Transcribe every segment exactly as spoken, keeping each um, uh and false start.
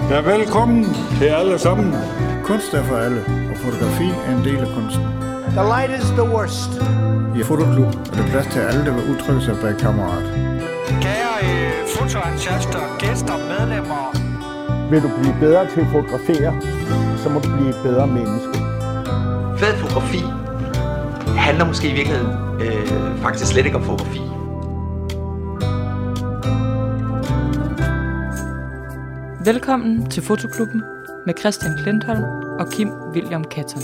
Ja, velkommen til alle sammen. Kunst er for alle, og fotografi er en del af kunsten. The light is the worst. I Fotoklub er der plads til alle, der vil udtrykke sig bag kameraet. Kære øh, fotoentusiaster, gæster, medlemmer. Vil du blive bedre til at fotografere, så må du blive et bedre menneske. Fed fotografi handler måske i virkeligheden øh, faktisk slet ikke om fotografi. Velkommen til Fotoklubben med Christian Klintholm og Kim William Katton.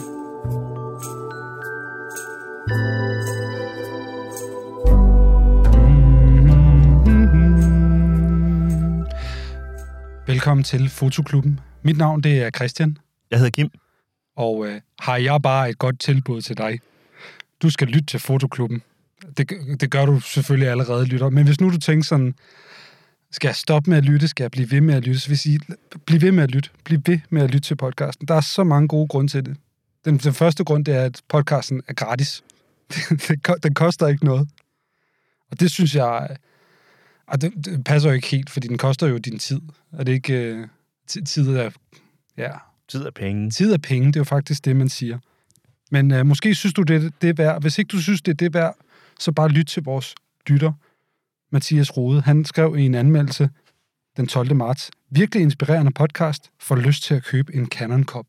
Velkommen til Fotoklubben. Mit navn det er Christian. Jeg hedder Kim. Og øh, har jeg bare et godt tilbud til dig. Du skal lytte til Fotoklubben. Det, det gør du selvfølgelig allerede, lytter. Men hvis nu du tænker sådan, skal jeg stoppe med at lytte? Skal jeg blive ved med at lytte? Så vil jeg sige, bliv ved med at lytte. Bliv ved med at lytte til podcasten. Der er så mange gode grunde til det. Den, den første grund, det er, at podcasten er gratis. Den koster ikke noget. Og det synes jeg... Og det, det passer jo ikke helt, fordi den koster jo din tid. Er det ikke... Uh, tid er... Ja. Tid er penge. Tid er penge, det er jo faktisk det, man siger. Men uh, måske synes du, det, det er værd. Hvis ikke du synes, det er det værd, så bare lyt til vores lytter, Mathias Rode. Han skrev i en anmeldelse den tolvte marts. Virkelig inspirerende podcast. Får lyst til at købe en Canon-kop.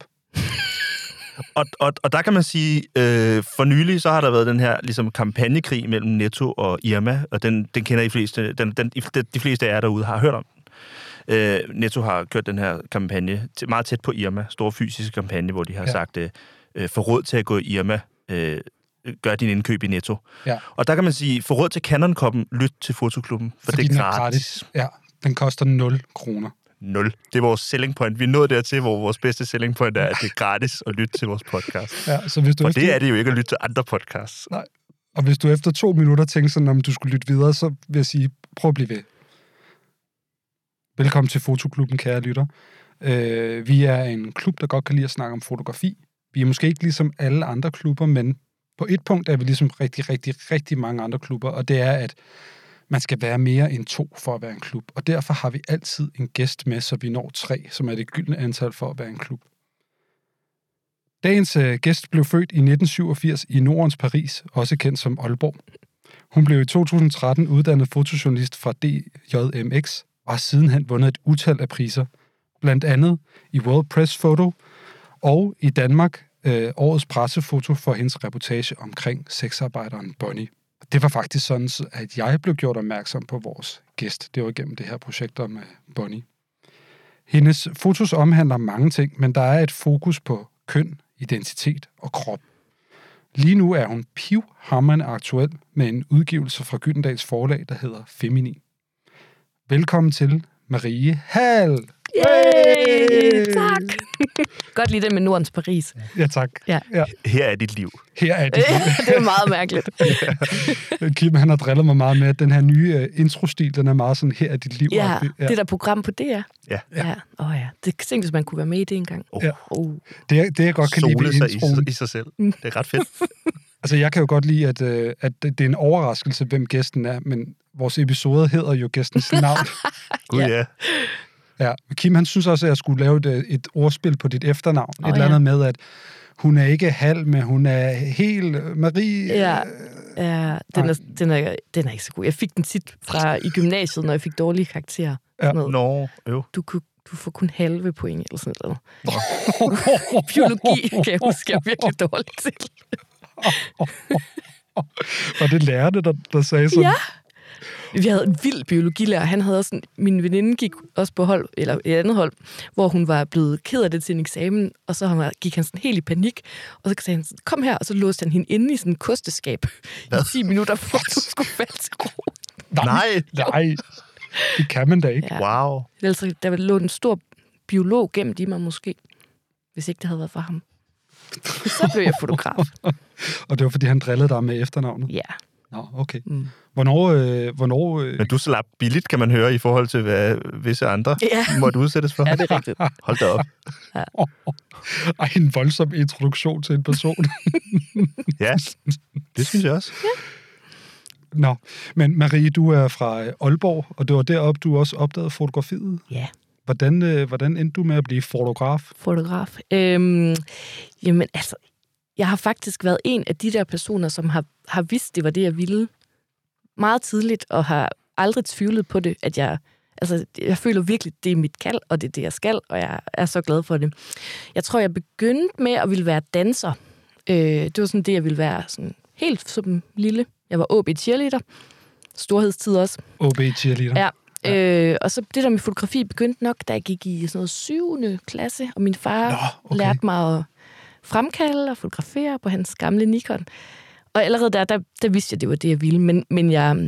og, og, og der kan man sige, øh, for nylig så har der været den her ligesom kampagnekrig mellem Netto og Irma, og den, den kender de fleste, den, den, de fleste af jer derude har hørt om. Øh, Netto har kørt den her kampagne meget tæt på Irma, stor fysisk kampagne, hvor de har ja. sagt, øh, få råd til at gå i Irma, øh, gør din indkøb i Netto. Ja. Og der kan man sige, få råd til Canon-koppen, lyt til Fotoklubben, for fordi det er gratis. gratis. Ja, den koster nul kroner. nul. Det er vores selling point. Vi er nået dertil, hvor vores bedste selling point er, at det er gratis at lytte til vores podcast. Ja, så hvis du og efter... det er det jo ikke at lytte til andre podcasts. Nej. Og hvis du efter to minutter tænker sådan, om du skulle lytte videre, så vil jeg sige, prøv at blive ved. Velkommen til Fotoklubben, kære lytter. Øh, vi er en klub, der godt kan lide at snakke om fotografi. Vi er måske ikke ligesom alle andre klubber, men på et punkt er vi ligesom rigtig, rigtig, rigtig mange andre klubber, og det er, at man skal være mere end to for at være en klub. Og derfor har vi altid en gæst med, så vi når tre, som er det gyldne antal for at være en klub. Dagens øh, gæst blev født i nitten syvogfirs i Nordens Paris, også kendt som Aalborg. Hun blev i to tusind tretten uddannet fotojournalist fra D J M X, og har sidenhen vundet et utal af priser, blandt andet i World Press Photo og i Danmark øh, årets pressefoto for hendes reportage omkring sexarbejderen Bonnie. Det var faktisk sådan, at jeg blev gjort opmærksom på vores gæst. Det var igennem det her projekt med Bonnie. Hendes fotos omhandler mange ting, men der er et fokus på køn, identitet og krop. Lige nu er hun pivhamrende aktuel med en udgivelse fra Gyldendals forlag, der hedder Feminin. Velkommen til Marie Hall. Yay! Tak! Godt lide det med Nordens Paris. Ja, tak. Ja. Ja. Her er dit liv. Her er dit liv. Det er meget mærkeligt. Ja. Kim, han har drillet mig meget med, at den her nye uh, introstil, den er meget sådan, her er dit liv. Ja, ja. det der program på D R. Ja. Ja. Ja. Oh, ja. Det tænkte, hvis man kunne være med i det engang. Oh. Ja. Oh. Det, er, det jeg godt kan Sole lide ved introen. i, i sig selv. Det er ret fedt. Altså, jeg kan jo godt lide, at, uh, at det er en overraskelse, hvem gæsten er, men vores episode hedder jo gæstens navn. Gud ja. ja. Ja, Kim, han synes også, at jeg skulle lave et, et ordspil på dit efternavn. Oh, et eller ja. andet med, at hun er ikke halv, men hun er helt Marie. Ja, ja den, er, den, er, den er ikke så god. Jeg fik den tit fra i gymnasiet, når jeg fik dårlige karakterer. Ja. Nå, jo. Du, du får kun halve point, eller sådan noget. Biologi kan jeg huske, jeg er virkelig dårlig til. Var det lærerne, der, der sagde sådan? Ja. Vi havde en vild biologilærer. Han havde også en, min veninde gik også på hold, eller et andet hold, hvor hun var blevet ked af det til en eksamen, og så han, gik han sådan helt i panik, og så sagde han, kom her, og så låste han hende inde i sådan en kosteskab i ti minutter, for at hun skulle falde til ro. Nej, nej. Det kan man da ikke. Ja. Wow. Altså, der ville lå en stor biolog gemt i mig måske, hvis ikke det havde været for ham. Så blev jeg fotograf. Og det var, fordi han drillede dig med efternavnet? Ja. Nå, okay. Mm. Hvornår... Øh, hvornår øh... Men du slap billigt, kan man høre, i forhold til, hvad visse andre ja. måtte udsættes for. Ja, det er rigtigt. Hold da op. Ja. Ej, en voldsom introduktion til en person. Ja, det synes jeg også. Ja. Nå, men Marie, du er fra Aalborg, og det var deroppe, du også opdagede fotografiet. Ja. Hvordan, øh, hvordan endte du med at blive fotograf? Fotograf. Øhm, jamen, altså, jeg har faktisk været en af de der personer, som har, har vidst, det var det, jeg ville meget tidligt, og har aldrig tvivlet på det, at jeg... Altså, jeg føler virkelig, det er mit kald, og det er det, jeg skal, og jeg er så glad for det. Jeg tror, jeg begyndte med at ville være danser. Øh, det var sådan det, jeg ville være sådan helt som lille. Jeg var O B cheerleader. Storhedstid også. O B cheerleader? Ja. ja. Øh, og så det der med fotografi begyndte nok, da jeg gik i sådan noget syvende klasse, og min far Nå, okay. lærte mig at fremkalde og fotografere på hans gamle Nikon. Og allerede der, der, der vidste jeg, det var det, jeg ville. Men, men jeg...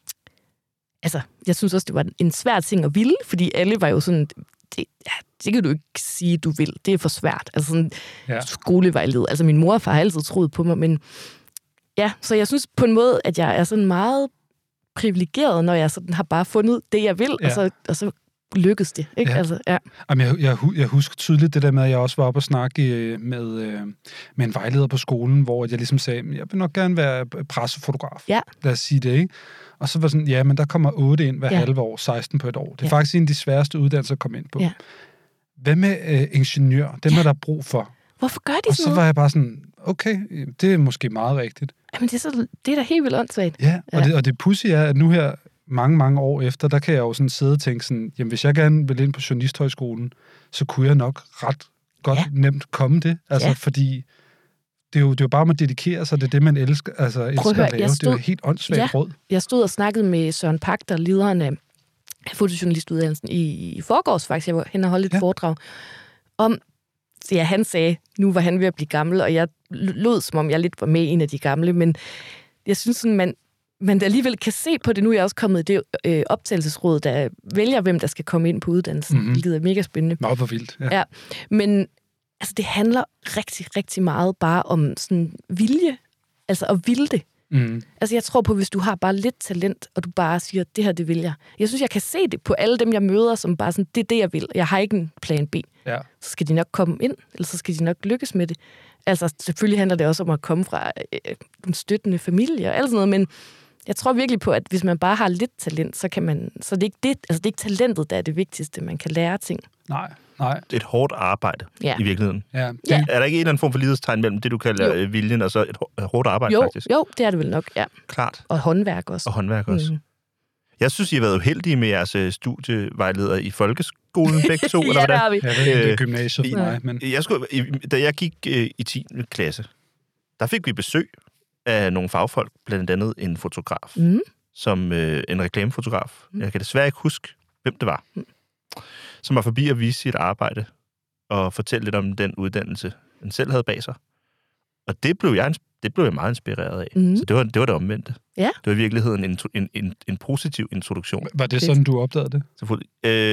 Altså, jeg synes også, det var en svær ting at ville, fordi alle var jo sådan, det, ja, det kan du ikke sige, du vil. Det er for svært. Altså sådan, ja. Skolevejled. Altså, min mor og far har altid troet på mig, men ja, så jeg synes på en måde, at jeg er sådan meget privilegeret, når jeg sådan har bare fundet det, jeg vil, ja. og, så, og så lykkedes det. Ikke? Ja. Altså, ja. Jamen, jeg, jeg, jeg husker tydeligt det der med, at jeg også var oppe og snakke med, med en vejleder på skolen, hvor jeg ligesom sagde, jeg vil nok gerne være pressefotograf. Ja. Lad os sige det, ikke? Og så var sådan, ja, men der kommer otte ind hver ja. halve år, seksten på et år. Det er ja. faktisk en af de sværeste uddannelser at komme ind på. Ja. Hvad med øh, ingeniør? Dem ja. er der brug for. Hvorfor gør de og sådan så var jeg bare sådan, okay, det er måske meget rigtigt. Jamen, det er, så, det er da helt vildt åndssvagt. Ja, og, ja. Det, og det pudsige er, at nu her, mange, mange år efter, der kan jeg jo sådan sidde og tænke sådan, jamen hvis jeg gerne vil ind på Journalisthøjskolen, så kunne jeg nok ret godt ja. nemt komme det. Altså, ja. fordi... Det er, jo, det er jo bare, at man dedikerer sig, det er det, man elsker, altså, elsker at lave. Stod, det er jo helt åndssvagt ja, råd. Jeg stod og snakkede med Søren Pagter, lederen af fotojournalistuddannelsen i, i forgårs faktisk. Jeg var hen og holdt et ja. foredrag om, så ja, han sagde, nu var han ved at blive gammel, og jeg lød, som om jeg lidt var med en af de gamle, men jeg synes sådan, man, man alligevel kan se på det. Nu er jeg også kommet i det øh, optagelsesråd, der vælger, hvem der skal komme ind på uddannelsen, mm-hmm. hvilket er mega spændende. Meget for vildt. Ja. ja. Men altså, det handler rigtig, rigtig meget bare om sådan vilje. Altså at ville det. Mm. Altså, jeg tror på, hvis du har bare lidt talent, og du bare siger, det her, det vil jeg. Jeg synes, jeg kan se det på alle dem, jeg møder, som bare sådan, det er det, jeg vil. Jeg har ikke en plan B. Ja. Så skal de nok komme ind, eller så skal de nok lykkes med det. Altså, selvfølgelig handler det også om at komme fra øh, en støttende familie og alt sådan noget, men jeg tror virkelig på, at hvis man bare har lidt talent, så kan man, så det er ikke det, altså det er ikke talentet, der er det vigtigste. Man kan lære ting. Nej. Nej. Det er et hårdt arbejde ja. i virkeligheden. Ja. Det, ja. Er der ikke en eller anden form for lighedstegn mellem det, du kalder jo. viljen, og så et hårdt arbejde, jo. faktisk? Jo, det er det vel nok, ja. Klart. Og håndværk også. Og håndværk også. Mm. Jeg synes, I har været uheldige med jeres studievejledere i folkeskolen, begge to, ja, eller hvordan? Ja, det har vi. Ja, det er gymnasiet for mig. Men... Jeg skulle, da jeg gik øh, i tiende klasse, der fik vi besøg af nogle fagfolk, blandt andet en fotograf, mm. som øh, en reklamefotograf. Mm. Jeg kan desværre ikke huske, hvem det var. Mm. Som var forbi at vise sit arbejde og fortælle lidt om den uddannelse, han selv havde bag sig. Og det blev jeg, det blev jeg meget inspireret af. Mm. Så det var, det var det omvendte. Ja. Det var i virkeligheden en, en, en, en positiv introduktion. Var det sådan, du opdagede det? Selvfølgelig.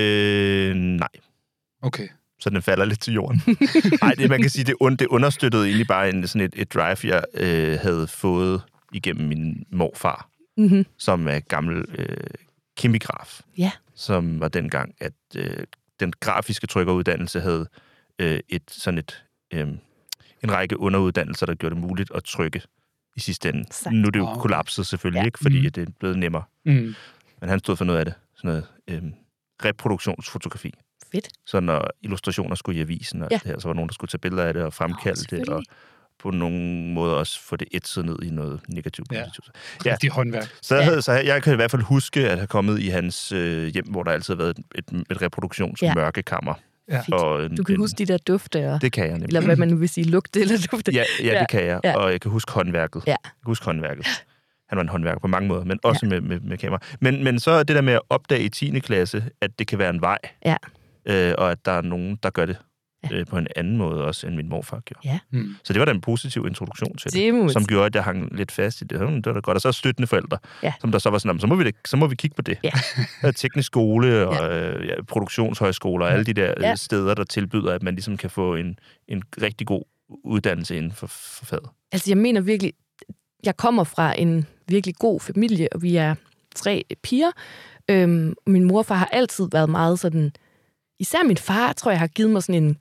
Øh, nej. Okay. Så den falder lidt til jorden. Nej, det man kan sige, det, un, det understøttede egentlig bare en, sådan et, et drive, jeg øh, havde fået igennem min morfar, mm-hmm. som er gammel øh, kemigraf. Ja. Som var dengang, at øh, den grafiske trykkeruddannelse havde øh, et sådan et øh, en række underuddannelser, der gjorde det muligt at trykke i sidste ende. Sagt. Nu er det jo kollapset selvfølgelig, ja. ikke, fordi mm. det er blevet nemmere. Mm. Men han stod for noget af det. Sådan noget øh, reproduktionsfotografi. Fedt. Så når illustrationer skulle i avisen, og ja. det her, så var nogen, der skulle tage billeder af det og fremkalde oh, det, og på nogen måde også få det ætset ned i noget negativt positivt. Ja, ja. De håndværk. Så, ja. havde, så jeg kan i hvert fald huske at have kommet i hans øh, hjem, hvor der altid har været et, et, et reproduktionsmørkekammer. Ja. Og en, du kan en, huske de der dufte, og, det kan jeg nemlig. Eller hvad man vil sige, lugte eller dufte. Ja, ja, det kan jeg, ja. og jeg kan huske håndværket. Ja. Jeg kan huske håndværket. Han var en håndværker på mange måder, men også ja. med, med, med kamera. Men, men så det der med at opdage i tiende klasse, at det kan være en vej, ja. øh, og at der er nogen, der gør det ja. øh, på en anden måde også, end min morfar gjorde. Ja. Mm. Så det var da en positiv introduktion til det, det, som gjorde, at jeg hang lidt fast i det. Det var da godt. Og så støttende forældre, ja. som der så var sådan, så må vi, det, så må vi kigge på det. Ja. Teknisk skole og ja. Ja, produktionshøjskoler og alle de der ja. steder, der tilbyder, at man ligesom kan få en, en rigtig god uddannelse inden for, for faget. Altså, jeg mener virkelig, jeg kommer fra en virkelig god familie, og vi er tre piger. Øhm, min morfar har altid været meget sådan... Især min far, tror jeg, har givet mig sådan en...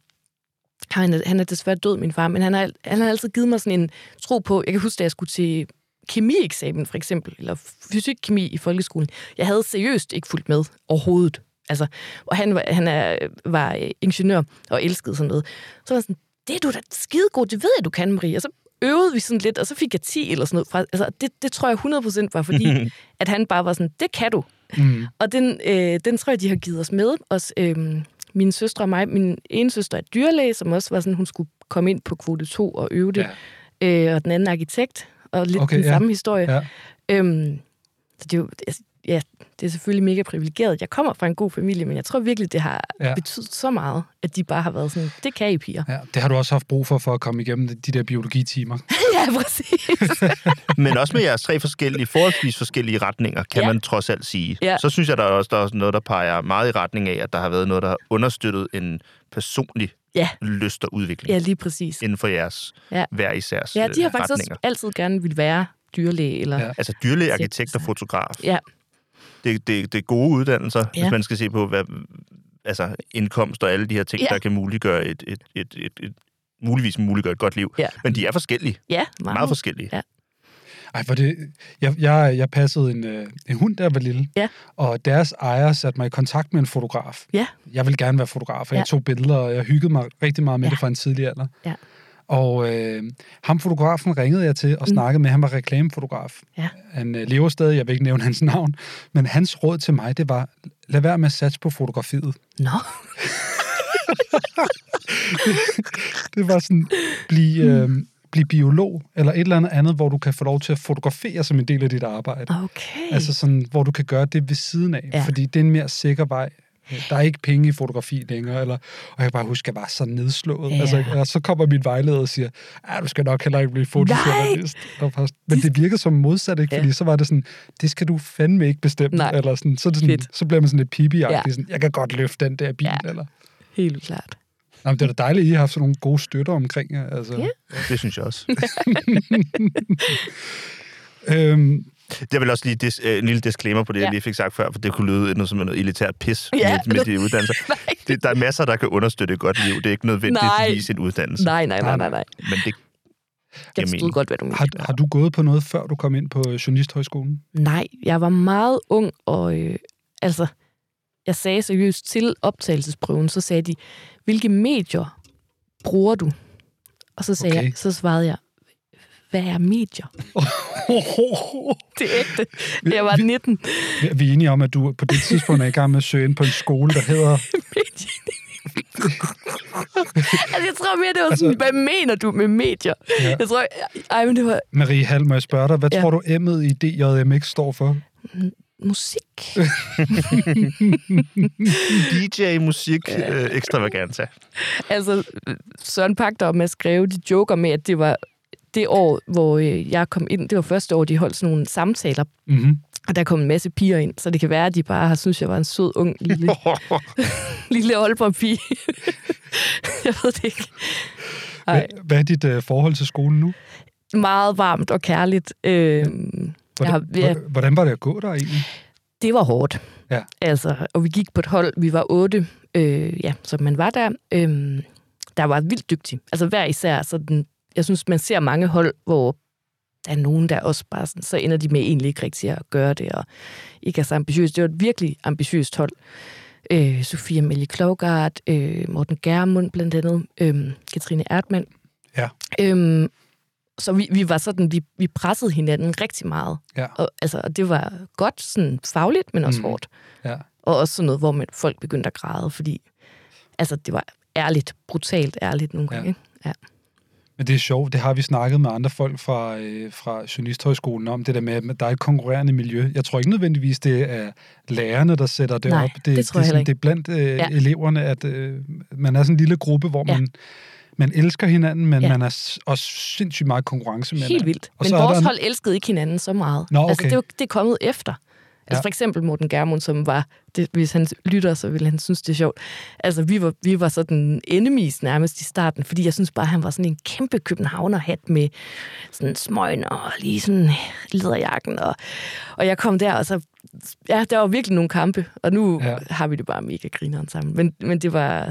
Han er, han er desværre død, min far, men han har, han har altid givet mig sådan en tro på... Jeg kan huske, da jeg skulle til kemieksamen, for eksempel, eller fysik-kemi i folkeskolen. Jeg havde seriøst ikke fulgt med overhovedet. Altså, og han, var, han er, var ingeniør og elskede sådan noget. Så var jeg sådan, det er du da skidegod, det ved jeg, du kan, Marie. Og så øvede vi sådan lidt, og så fik jeg ti eller sådan noget. Fra, altså, det, det tror jeg hundrede procent var, fordi at han bare var sådan, det kan du. Mm. Og den, øh, den tror jeg, de har givet os med. Også øh, mine søstre og mig. Min ene søster er dyrlæge, som også var sådan, hun skulle komme ind på kvote to og øve det. Ja. Øh, og den anden arkitekt, og lidt okay, den ja. samme historie. Ja. Øhm, så det er jo... Ja, det er selvfølgelig mega privilegeret. Jeg kommer fra en god familie, men jeg tror virkelig, det har ja. betydet så meget, at de bare har været sådan, det kan I piger. Ja, det har du også haft brug for, for at komme igennem de der biologitimer. Ja, præcis. Men også med jeres tre forskellige, forholdsvis forskellige retninger, kan ja. man trods alt sige. Ja. Så synes jeg, der er også, der er også noget, der peger meget i retning af, at der har været noget, der har understøttet en personlig ja. lyst og udvikling. Ja, lige præcis. Inden for jeres ja. hver isærs Ja, de har faktisk retninger. også altid gerne vil være dyrlæge. Eller ja. Altså dyrlæge, arkitekt og fotograf. Ja. Det, det, det er gode uddannelser, ja. hvis man skal se på hvad, altså indkomst og alle de her ting, ja. der kan muliggøre et, et, et, et, et muligvis muliggøre et godt liv. Ja. Men de er forskellige. Ja, meget, meget forskellige. Ja. Ej, for det, jeg, jeg, jeg passede en, en hund, der var lille, ja. og deres ejer satte mig i kontakt med en fotograf. Ja. Jeg ville gerne være fotograf, og jeg ja. tog billeder, og jeg hyggede mig rigtig meget med ja. det fra en tidlig alder. Ja. Og øh, ham fotografen ringede jeg til og snakkede mm. med, han var reklamefotograf. Ja. Han øh, lever stadig, jeg vil ikke nævne hans navn, men hans råd til mig, det var, lad være med at satse på fotografiet. Nå. det, det var sådan, bliv, øh, bliv biolog, eller et eller andet andet, hvor du kan få lov til at fotografere som en del af dit arbejde. Okay. Altså sådan, hvor du kan gøre det ved siden af, ja. fordi det er en mere sikker vej. Der er ikke penge i fotografi længere, eller, og jeg kan bare huske, at jeg var så nedslået. Ja. Altså, og så kommer min vejleder og siger, du skal nok heller ikke blive fotojournalist. Men det virkede som modsat, ikke? Fordi ja. så var det sådan, det skal du fandme ikke bestemme. Nej. Eller sådan, så, er det sådan, så bliver man sådan lidt pibi-agtig. Ja. Sådan, jeg kan godt løfte den der bil. Ja. Eller. Helt klart. Nå, det er da dejligt, at I har haft sådan nogle gode støtter omkring jer. Altså. Ja. Det synes jeg også. øhm, Jeg vil også lige dis, en lille disclaimer på det, ja. jeg lige fik sagt før, for det kunne lyde noget som noget elitært pis ja. med, med de uddannelser. Det, der er masser, der kan understøtte et godt liv. Det er ikke nødvendigvis en uddannelse. Nej, nej, nej, nej, nej. Men det jeg forstod godt, hvad du mener. Har, har du gået på noget, før du kom ind på Journalisthøjskolen? Nej, jeg var meget ung, og øh, altså, jeg sagde seriøst til optagelsesprøven, så sagde de, hvilke medier bruger du? Og så sagde okay. jeg, så svarede jeg, hvad er medier? Det er ægte. Jeg var nitten. Vi, vi er enige om, at du på det tidspunkt er i gang med at søge ind på en skole, der hedder... altså, jeg tror mere, det var sådan, altså, hvad mener du med medier? Ja. Jeg tror, ej, men det var... Marie Hall, må jeg spørge dig, hvad ja. tror du M'et i D J M X står for? Musik. D J, musik, øh, ekstravaganza. Altså, Søren Pagter og Mads Greve, de joker med, at det var det år, hvor jeg kom ind. Det var første år, de holdt sådan nogle samtaler. Mm-hmm. Og der kom en masse piger ind, så det kan være, at de bare har syntes, jeg var en sød, ung, lille, lille Aalborg-pige. Jeg ved det ikke. Hvad, hvad er dit uh, forhold til skolen nu? Meget varmt og kærligt. Øh, hvordan, jeg har, jeg, hvordan var det at gå der egentlig? Det var hårdt. Ja. Altså, og vi gik på et hold. Vi var otte, øh, ja, så man var der. Øh, der var vildt dygtig. Altså hver især. Så den, jeg synes, man ser mange hold, hvor der er nogen, der også bare sådan, så ender de med egentlig ikke rigtig at gøre det, og ikke er så ambitiøst. Det var et virkelig ambitiøst hold. Øh, Sofie Amelie Klougart, øh, Morten Germund blandt andet, øh, Katrine Erdmann. Ja. Øh, så vi, vi var sådan, vi, vi pressede hinanden rigtig meget. Ja. Og, altså, og det var godt sådan fagligt, men også mm. hårdt. Ja. Og også sådan noget, hvor man, folk begyndte at græde, fordi altså, det var ærligt, brutalt ærligt nogle gange. Ja. Ja. Men det er sjovt, det har vi snakket med andre folk fra, øh, fra Journalisthøjskolen om, det der med, at der er et konkurrerende miljø. Jeg tror ikke nødvendigvis, det er lærerne, der sætter det Nej, op. Det, det tror det, jeg sådan, det er blandt øh, ja. eleverne, at øh, man er sådan en lille gruppe, hvor ja. man, man elsker hinanden, men ja. man er også sindssygt meget konkurrence med Helt hinanden. vildt. Og men vores en... hold elskede ikke hinanden så meget. Nå, okay. Altså, det, var, det er kommet efter. Altså ja. for eksempel Morten Germund, som var, det, hvis han lytter, så ville han synes, det er sjovt. Altså vi var, vi var sådan enemies nærmest i starten, fordi jeg synes bare, han var sådan en kæmpe københavnerhat med sådan smøgen og lige sådan læderjakken. Og, og jeg kom der, og så, ja, der var virkelig nogle kampe, og nu ja. har vi det bare mega grineren sammen. Men, men det var,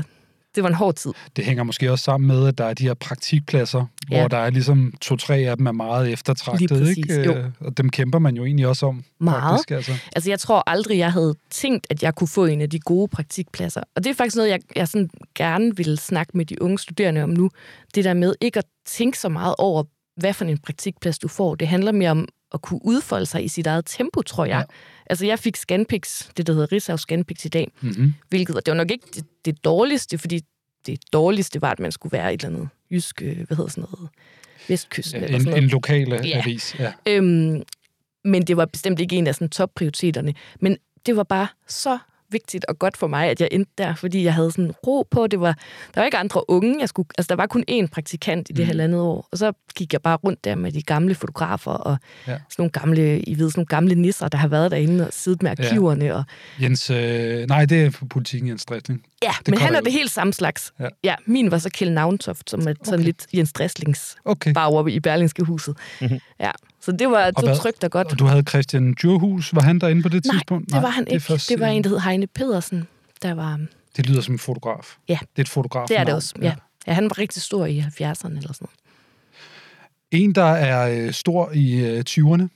det var en hård tid. Det hænger måske også sammen med, at der er de her praktikpladser, ja. hvor der er ligesom to-tre af dem er meget eftertragtet, ikke? Og dem kæmper man jo egentlig også om. Meget. Faktisk, altså. altså, jeg tror aldrig, jeg havde tænkt, at jeg kunne få en af de gode praktikpladser. Og det er faktisk noget, jeg, jeg sådan gerne vil snakke med de unge studerende om nu. Det der med ikke at tænke så meget over, hvad for en praktikplads du får. Det handler mere om at kunne udfolde sig i sit eget tempo, tror jeg. Ja. Altså, jeg fik Scanpix, det der hedder Ritzau Scanpix i dag, mm-hmm. hvilket, og det var nok ikke det, det dårligste, fordi det dårligste var, at man skulle være et eller andet jysk, hvad hedder sådan noget, Vestkysten. Ja, eller en, sådan noget. en lokale ja. avis, ja. Øhm, men det var bestemt ikke en af sådan topprioriteterne. Men det var bare så vigtigt og godt for mig, at jeg endte der, fordi jeg havde sådan ro på. Det var, der var ikke andre unge. Jeg skulle, altså, der var kun én praktikant i det mm. halvandet år. Og så gik jeg bare rundt der med de gamle fotografer og ja. sådan nogle gamle, I ved, sådan nogle gamle nisser, der har været derinde og siddet med arkiverne. Ja. Og Jens, øh, nej, det er for Politikken, Jens Dresling. Ja, det men han er det helt samme slags. Ja. ja, min var så Kjeld Navntoft, som er sådan okay. lidt Jens Dreslings okay. bare oppe i Berlingske Huset. Mm-hmm. Ja, så det var, det var trygt og godt. Og du havde Christian Djurhus, var han derinde på det nej, tidspunkt? Nej, det var han ikke. Det, det var en, der hed Heine Pedersen, der var... Det lyder som en fotograf. Ja. Det er et fotograf. Det er det også, ja. ja. Ja, han var rigtig stor i halvfjerdserne eller sådan noget. En, der er øh, stor i øh, tyverne.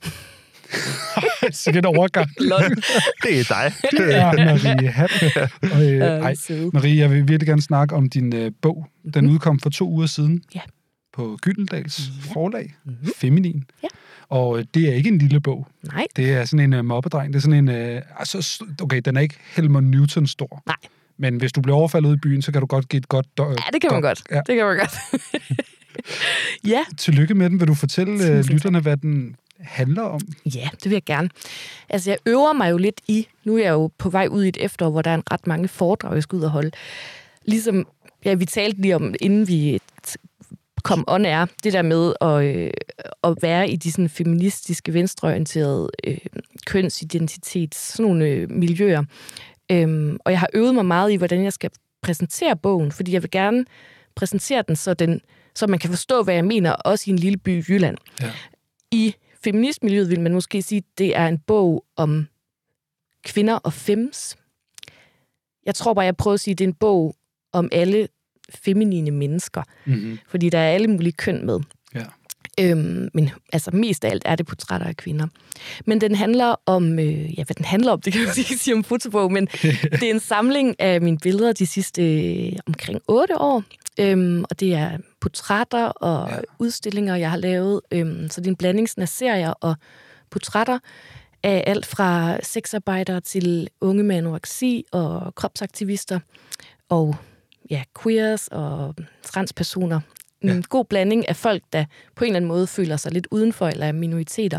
Så det er en overgang. Det er dig. Det er Marie Hatt. Og, øh, ej, Marie, jeg vil virkelig gerne snakke om din øh, bog. Den mm-hmm. udkom for to uger siden. Ja. På Gyldendals ja. forlag. Mm-hmm. Feminin. Ja. Og øh, det er ikke en lille bog. Nej. Det er sådan en uh, mobbedreng. Det er sådan en... Øh, altså, okay, den er ikke Helmut Newton stor. Nej. Men hvis du bliver overfaldet ude i byen, så kan du godt give et godt... Øh, ja, det kan man godt. godt. Ja. Det kan man godt. ja. Tillykke med den. Vil du fortælle øh, lytterne, hvad den handler om? Ja, det vil jeg gerne. Altså, jeg øver mig jo lidt i... Nu er jeg jo på vej ud i et efterår, hvor der er en ret mange foredrag, jeg skal ud og holde. Ligesom... Ja, vi talte lige om, inden vi kom on air, det der med at, øh, at være i de sådan feministiske, venstreorienterede øh, kønsidentitets, sådan nogle øh, miljøer. Øhm, og jeg har øvet mig meget i, hvordan jeg skal præsentere bogen, fordi jeg vil gerne præsentere den, så, den, så man kan forstå, hvad jeg mener, også i en lille by i Jylland. Ja. I feministmiljøet vil man måske sige, at det er en bog om kvinder og fems. Jeg tror bare, jeg prøver at sige, at det er en bog om alle feminine mennesker. Mm-hmm. Fordi der er alle mulige køn med. Ja. Øhm, men altså mest af alt er det portrætter af kvinder. Men den handler om, øh, ja, hvad den handler om, det kan jeg ikke sige om fotobog, men det er en samling af mine billeder de sidste øh, omkring otte år. Øhm, og det er portrætter og ja. udstillinger, jeg har lavet. Øhm, så det er en blanding af serier og portrætter af alt fra sexarbejdere til unge med anoreksi og kropsaktivister og ja, queers og transpersoner. En ja. god blanding af folk, der på en eller anden måde føler sig lidt udenfor, eller er minoriteter,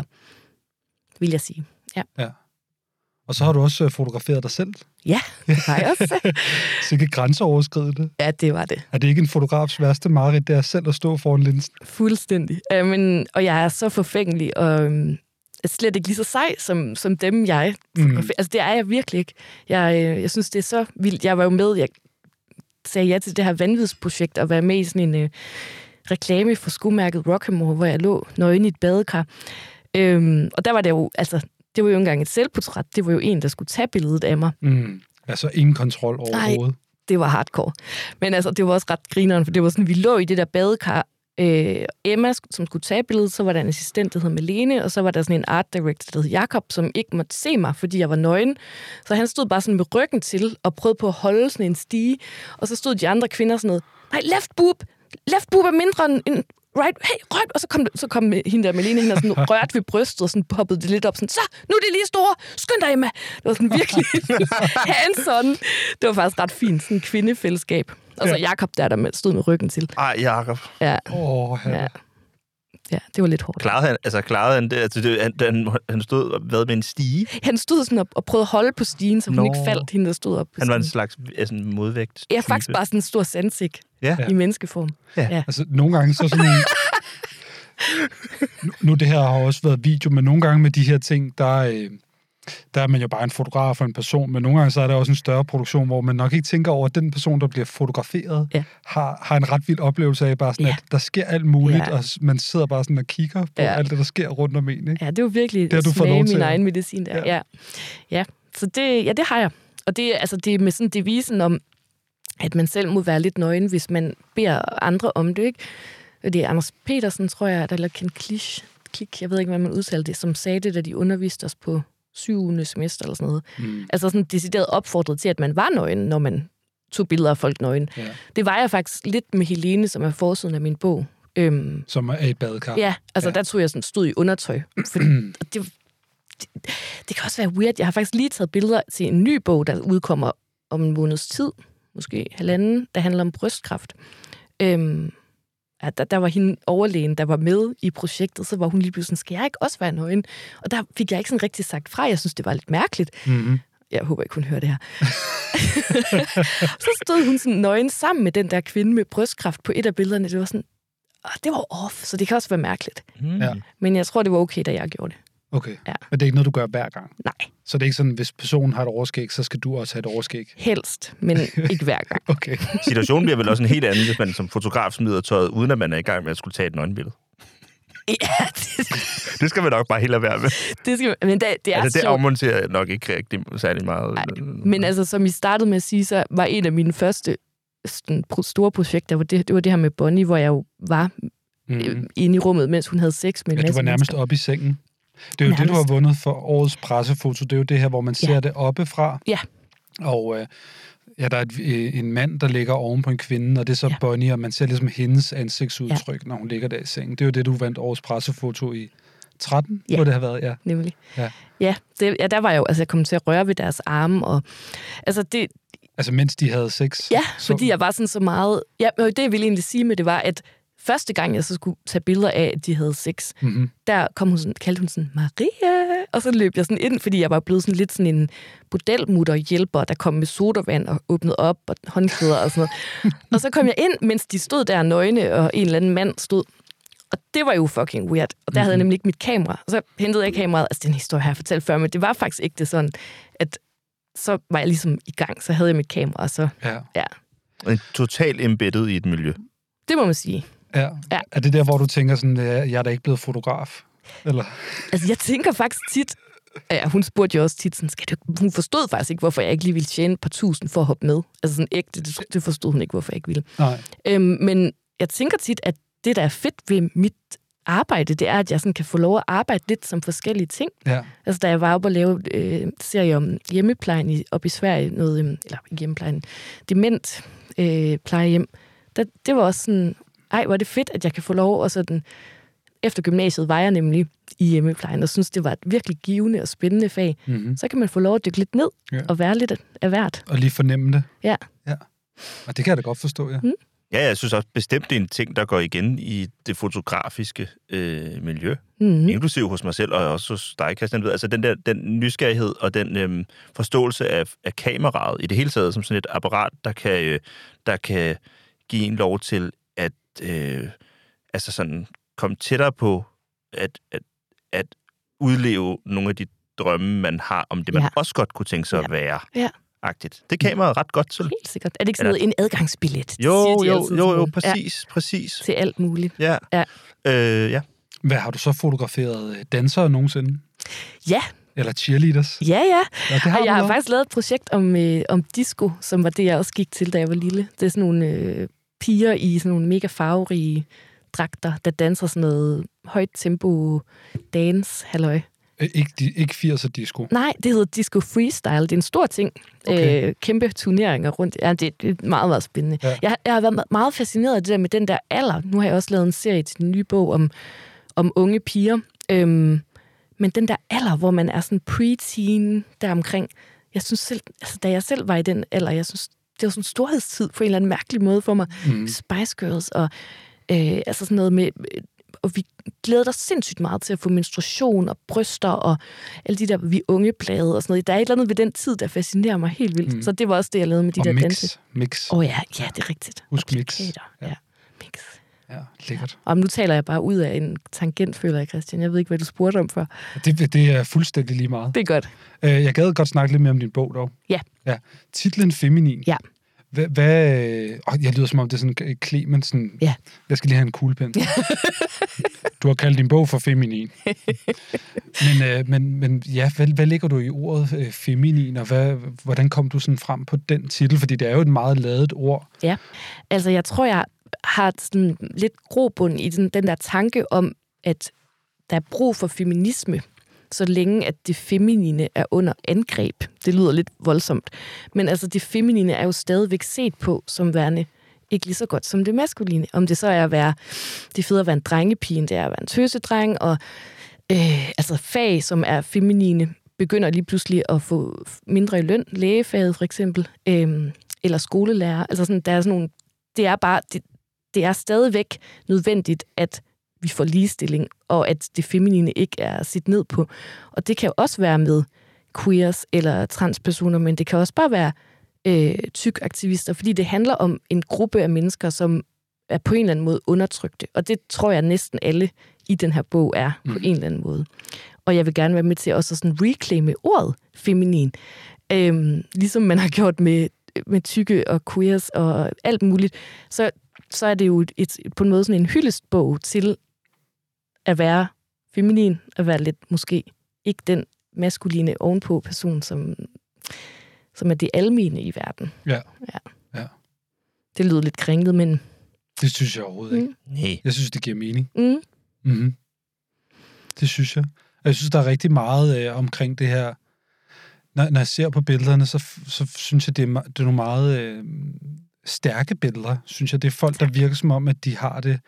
vil jeg sige. Ja. ja. Og så har du også fotograferet dig selv. Ja, det har jeg også. Så ikke grænseoverskridende. Ja, det var det. Er det ikke en fotografs værste mareridt, det er selv at stå foran linsen? Fuldstændig. Uh, men, og jeg er så forfængelig, og um, er slet ikke lige så sej, som, som dem, jeg fotograferer. Mm. Altså, det er jeg virkelig ikke. Jeg, øh, jeg synes, det er så vildt. Jeg var jo med, jeg sagde ja til det her vanvidsprojekt, og være med i sådan en øh, reklame for skomærket Rock'emore, hvor jeg lå nøgen i et badekar. Øhm, og der var det jo, altså, det var jo ikke engang et selvportræt, det var jo en, der skulle tage billedet af mig. Mm. Altså ingen kontrol overhovedet. Nej, det var hardcore. Men altså, det var også ret grineren, for det var sådan, vi lå i det der badekar. Øh, Emma, som skulle tage billedet, så var der en assistent, der hed Malene, og så var der sådan en art director, der hed Jakob, som ikke måtte se mig, fordi jeg var nøgen. Så han stod bare sådan med ryggen til, og prøvede på at holde sådan en stige, og så stod de andre kvinder sådan noget, nej, left boob, left boob er mindre end right, hey, right, og så kom, så kom hende der Malene, hende der sådan rørt ved brystet, og sådan poppede det lidt op, sådan, så, nu er det lige store, skynd dig, Emma. Det var sådan virkelig hands-on. Det var faktisk ret fint, sådan en kvindefællesskab. Og så ja. Jakob der, der stod med ryggen til. Ej, Jakob. Ja. Oh, ja. Ja, det var lidt hårdt. Klarede han, altså klarede han det? Altså, det han, han stod hvad, med en stige? Han stod sådan op og prøvede at holde på stigen, så hun Nå. ikke faldt, hende der stod op. Han var en slags altså, modvægt. Ja, faktisk bare sådan en stor sandsæk ja. i menneskeform. Ja. ja. Altså, nogle gange så sådan nogle... nu, nu det her har også været video, men nogle gange med de her ting, der... Øh... Der er man jo bare en fotograf og en person, men nogle gange så er der også en større produktion, hvor man nok ikke tænker over, at den person, der bliver fotograferet, ja. har, har en ret vild oplevelse af bare sådan, ja. at der sker alt muligt, ja. og man sidder bare sådan og kigger på ja. alt det, der sker rundt om en. Ikke? Ja, det er jo virkelig det smage min egen medicin der. Ja. Ja. ja, så det, ja, det har jeg. Og det, altså, det er med sådan devisen om, at man selv må være lidt nøgen, hvis man beder andre om det, ikke? Det er Anders Petersen, tror jeg, eller Ken Klisch, Klik, jeg ved ikke, hvad man udtaler det, som sagde det, da de underviste os på syvende semester eller sådan noget. Mm. Altså sådan decideret opfordret til, at man var nøgen, når man tog billeder af folk nøgen. Ja. Det var jeg faktisk lidt med Helene, som er forsiden af min bog. Øhm, som er et badekar. Ja, altså ja. Der tog jeg sådan stod i undertøj. Fordi, det, det, det kan også være weird. Jeg har faktisk lige taget billeder til en ny bog, der udkommer om en måneds tid, måske halvanden, der handler om brystkræft. Øhm, ja, der, der var hende overlægen, der var med i projektet, så var hun lige pludselig sådan, skal jeg ikke også være nøgen? Og der fik jeg ikke sådan rigtig sagt fra. Jeg synes, det var lidt mærkeligt. Mm-hmm. Jeg håber, jeg kunne høre det her. Så stod hun sådan nøgen sammen med den der kvinde med brystkræft på et af billederne. Det var sådan, det var off, så det kan også være mærkeligt. Mm. Ja. Men jeg tror, det var okay, da jeg gjorde det. Okay, ja. Men det er ikke noget, du gør hver gang? Nej. Så det er ikke sådan, hvis personen har et overskæg, så skal du også have et overskæg? Helst, men ikke hver gang. Okay. Situationen bliver vel også en helt anden, hvis man som fotograf smider tøjet, uden at man er i gang med at skulle tage et nøgenbillede. Ja, det... det skal man nok bare helt lade være med. Det skal man, men det, det er altså, det sjovt. afmonterer jeg nok ikke rigtig særlig meget. Ej, men altså, som I startede med at sige, så var en af mine første sådan, store projekter, det, det var det her med Bonnie, hvor jeg jo var mm. inde i rummet, mens hun havde sex med en ja, masse du var nærmest oppe i sengen. Det er jo nærmest. Det, du har vundet for årets pressefoto. Det er jo det her, hvor man ser ja. det oppefra. Ja. Og øh, ja, der er et, en mand, der ligger oven på en kvinde, og det er så ja. Bonnie, og man ser ligesom hendes ansigtsudtryk, ja. når hun ligger der i sengen. Det er jo det, du vandt årets pressefoto i tretten, ja. hvor det har været, ja. Nemlig. Ja, ja, det, ja der var jeg jo, altså jeg kom til at røre ved deres arme, og altså det... Altså mens de havde sex? Ja, så... fordi jeg var sådan så meget... Ja, det jeg ville egentlig sige med det var, at første gang, jeg så skulle tage billeder af, at de havde sex, mm-hmm. der kom hun sådan, kaldte hun sådan, Maria, og så løb jeg sådan ind, fordi jeg var blevet sådan lidt sådan en bordelmutter-hjælper, der kom med sodavand og åbnede op, og håndklæder og sådan noget. Og så kom jeg ind, mens de stod der nøgne, og en eller anden mand stod. Og det var jo fucking weird. Og der mm-hmm. havde jeg nemlig ikke mit kamera. Og så hentede jeg kameraet. Altså, den historie har jeg fortalt før, men det var faktisk ikke det sådan, at så var jeg ligesom i gang, så havde jeg mit kamera, og så... Ja. ja. En total embeddet i et miljø. Det må man sige. Ja. ja. Er det der, hvor du tænker sådan, jeg er da ikke blevet fotograf? Eller? Altså, jeg tænker faktisk tit... Ja, hun spurgte jo også tit sådan, skal du... Hun forstod faktisk ikke, hvorfor jeg ikke lige ville tjene et par tusind for at hoppe med. Altså sådan ægte, det, det forstod hun ikke, hvorfor jeg ikke ville. Nej. Øhm, men jeg tænker tit, at det, der er fedt ved mit arbejde, det er, at jeg sådan kan få lov at arbejde lidt som forskellige ting. Ja. Altså, da jeg var oppe og lave øh, serie om hjemmeplejen i, op i Sverige, noget, øh, eller hjemmeplejen, dement øh, plejehjem, der, det var også sådan, ej, hvor er det fedt, at jeg kan få lov, og sådan, efter gymnasiet var jeg nemlig i hjemmeplejen, og synes det var et virkelig givende og spændende fag. Mm-hmm. Så kan man få lov at dykke lidt ned, ja. og være lidt af hvert. Og lige fornemme det. Ja. Ja. Og det kan jeg da godt forstå, ja. Mm. Ja, jeg synes også bestemt, det er en ting, der går igen i det fotografiske øh, miljø. Mm-hmm. Inklusive hos mig selv, og også hos dig, Christian. Altså den der den nysgerrighed og den øh, forståelse af, af kameraet i det hele taget, som sådan et apparat, der kan, øh, der kan give en lov til at øh, altså sådan komme tættere på at, at, at udleve nogle af de drømme, man har om det, man ja. også godt kunne tænke sig ja. at være. Ja. Agtigt. Det er kameraet ret godt til. Helt sikkert. Er det ikke sådan noget, en adgangsbillet? Jo, jo, jo, jo, præcis, ja. præcis. Til alt muligt. Ja. Ja. Øh, ja. Hvad, har du så fotograferet dansere nogensinde? Ja. Eller cheerleaders? Ja, ja. ja det har og jeg har lavet. faktisk lavet et projekt om, øh, om disco, som var det, jeg også gik til, da jeg var lille. Det er sådan nogle øh, piger i sådan nogle mega farverige dragter, der danser sådan noget højt tempo dance, halløj. Ikke, ikke firser disco? Nej, det hedder Disco Freestyle. Det er en stor ting. Okay. Øh, kæmpe turneringer rundt. Ja, det, det er meget, meget spændende. Ja. Jeg, jeg har været meget fascineret af det der med den der alder. Nu har jeg også lavet en serie til den nye bog om, om unge piger. Øhm, men den der alder, hvor man er sådan pre-teen deromkring. Jeg synes selv, altså, da jeg selv var i den alder, jeg synes, det var sådan en storhedstid på en eller anden mærkelig måde for mig. Mm. Spice Girls og øh, altså sådan noget med... Og vi glæder os sindssygt meget til at få menstruation og bryster og alle de der vi unge plade og sådan noget. Der er et eller andet ved den tid, der fascinerer mig helt vildt. Mm. Så det var også det, jeg lavede med de og der mix, danse. mix. Åh oh, ja, ja, det er rigtigt. Husk mix. Ja. ja, mix. Ja, lækkert. Ja. Og nu taler jeg bare ud af en tangent, føler jeg, Christian. Jeg ved ikke, hvad du spurgte om før. Det, det er fuldstændig lige meget. Det er godt. Jeg gad godt snakke lidt mere om din bog, dog. Ja. ja. Titlen Feminin. Ja. Hvad... hvad oh, jeg lyder som om, det er sådan Clemensen. Ja. Jeg skal lige have en kuglepen. Du har kaldt din bog for Feminin. Men, øh, men, men ja, hvad, hvad lægger du i ordet øh, feminin, og hvad, hvordan kom du sådan frem på den titel? Fordi det er jo et meget ladet ord. Ja, altså jeg tror, jeg har sådan lidt grobund i den, den der tanke om, at der er brug for feminisme, så længe at det feminine er under angreb. Det lyder lidt voldsomt. Men altså det feminine er jo stadigvæk set på som værende ikke lige så godt som det maskuline. Om det så er at være, det er fedt at være en drengepige, det er at være en tøsedreng, og øh, altså fag, som er feminine, begynder lige pludselig at få mindre i løn. Lægefaget for eksempel, øh, eller skolelærer. Altså sådan, der er sådan nogle, det er bare, det, det er stadigvæk nødvendigt, at vi får ligestilling, og at det feminine ikke er sit ned på. Og det kan jo også være med queers eller transpersoner, men det kan også bare være øh, tyk-aktivister, fordi det handler om en gruppe af mennesker, som er på en eller anden måde undertrykte. Og det tror jeg næsten alle i den her bog er på mm. en eller anden måde. Og jeg vil gerne være med til også sådan reclaime ordet feminin, øhm, ligesom man har gjort med, med tykke og queers og alt muligt. Så, så er det jo et, på en måde sådan en hyldestbog til at være feminin, at være lidt måske ikke den maskuline ovenpå person, som, som er det almene i verden. Ja. ja. ja. Det lyder lidt kringlet, men... Det synes jeg overhovedet ikke. Mm. Nej. Jeg synes, det giver mening. Mm. Mm-hmm. Det synes jeg. Og jeg synes, der er rigtig meget øh, omkring det her. Når, når jeg ser på billederne, så, så synes jeg, det er, det er nogle meget øh, stærke billeder. Synes jeg, det er folk, der virker som om, at de har det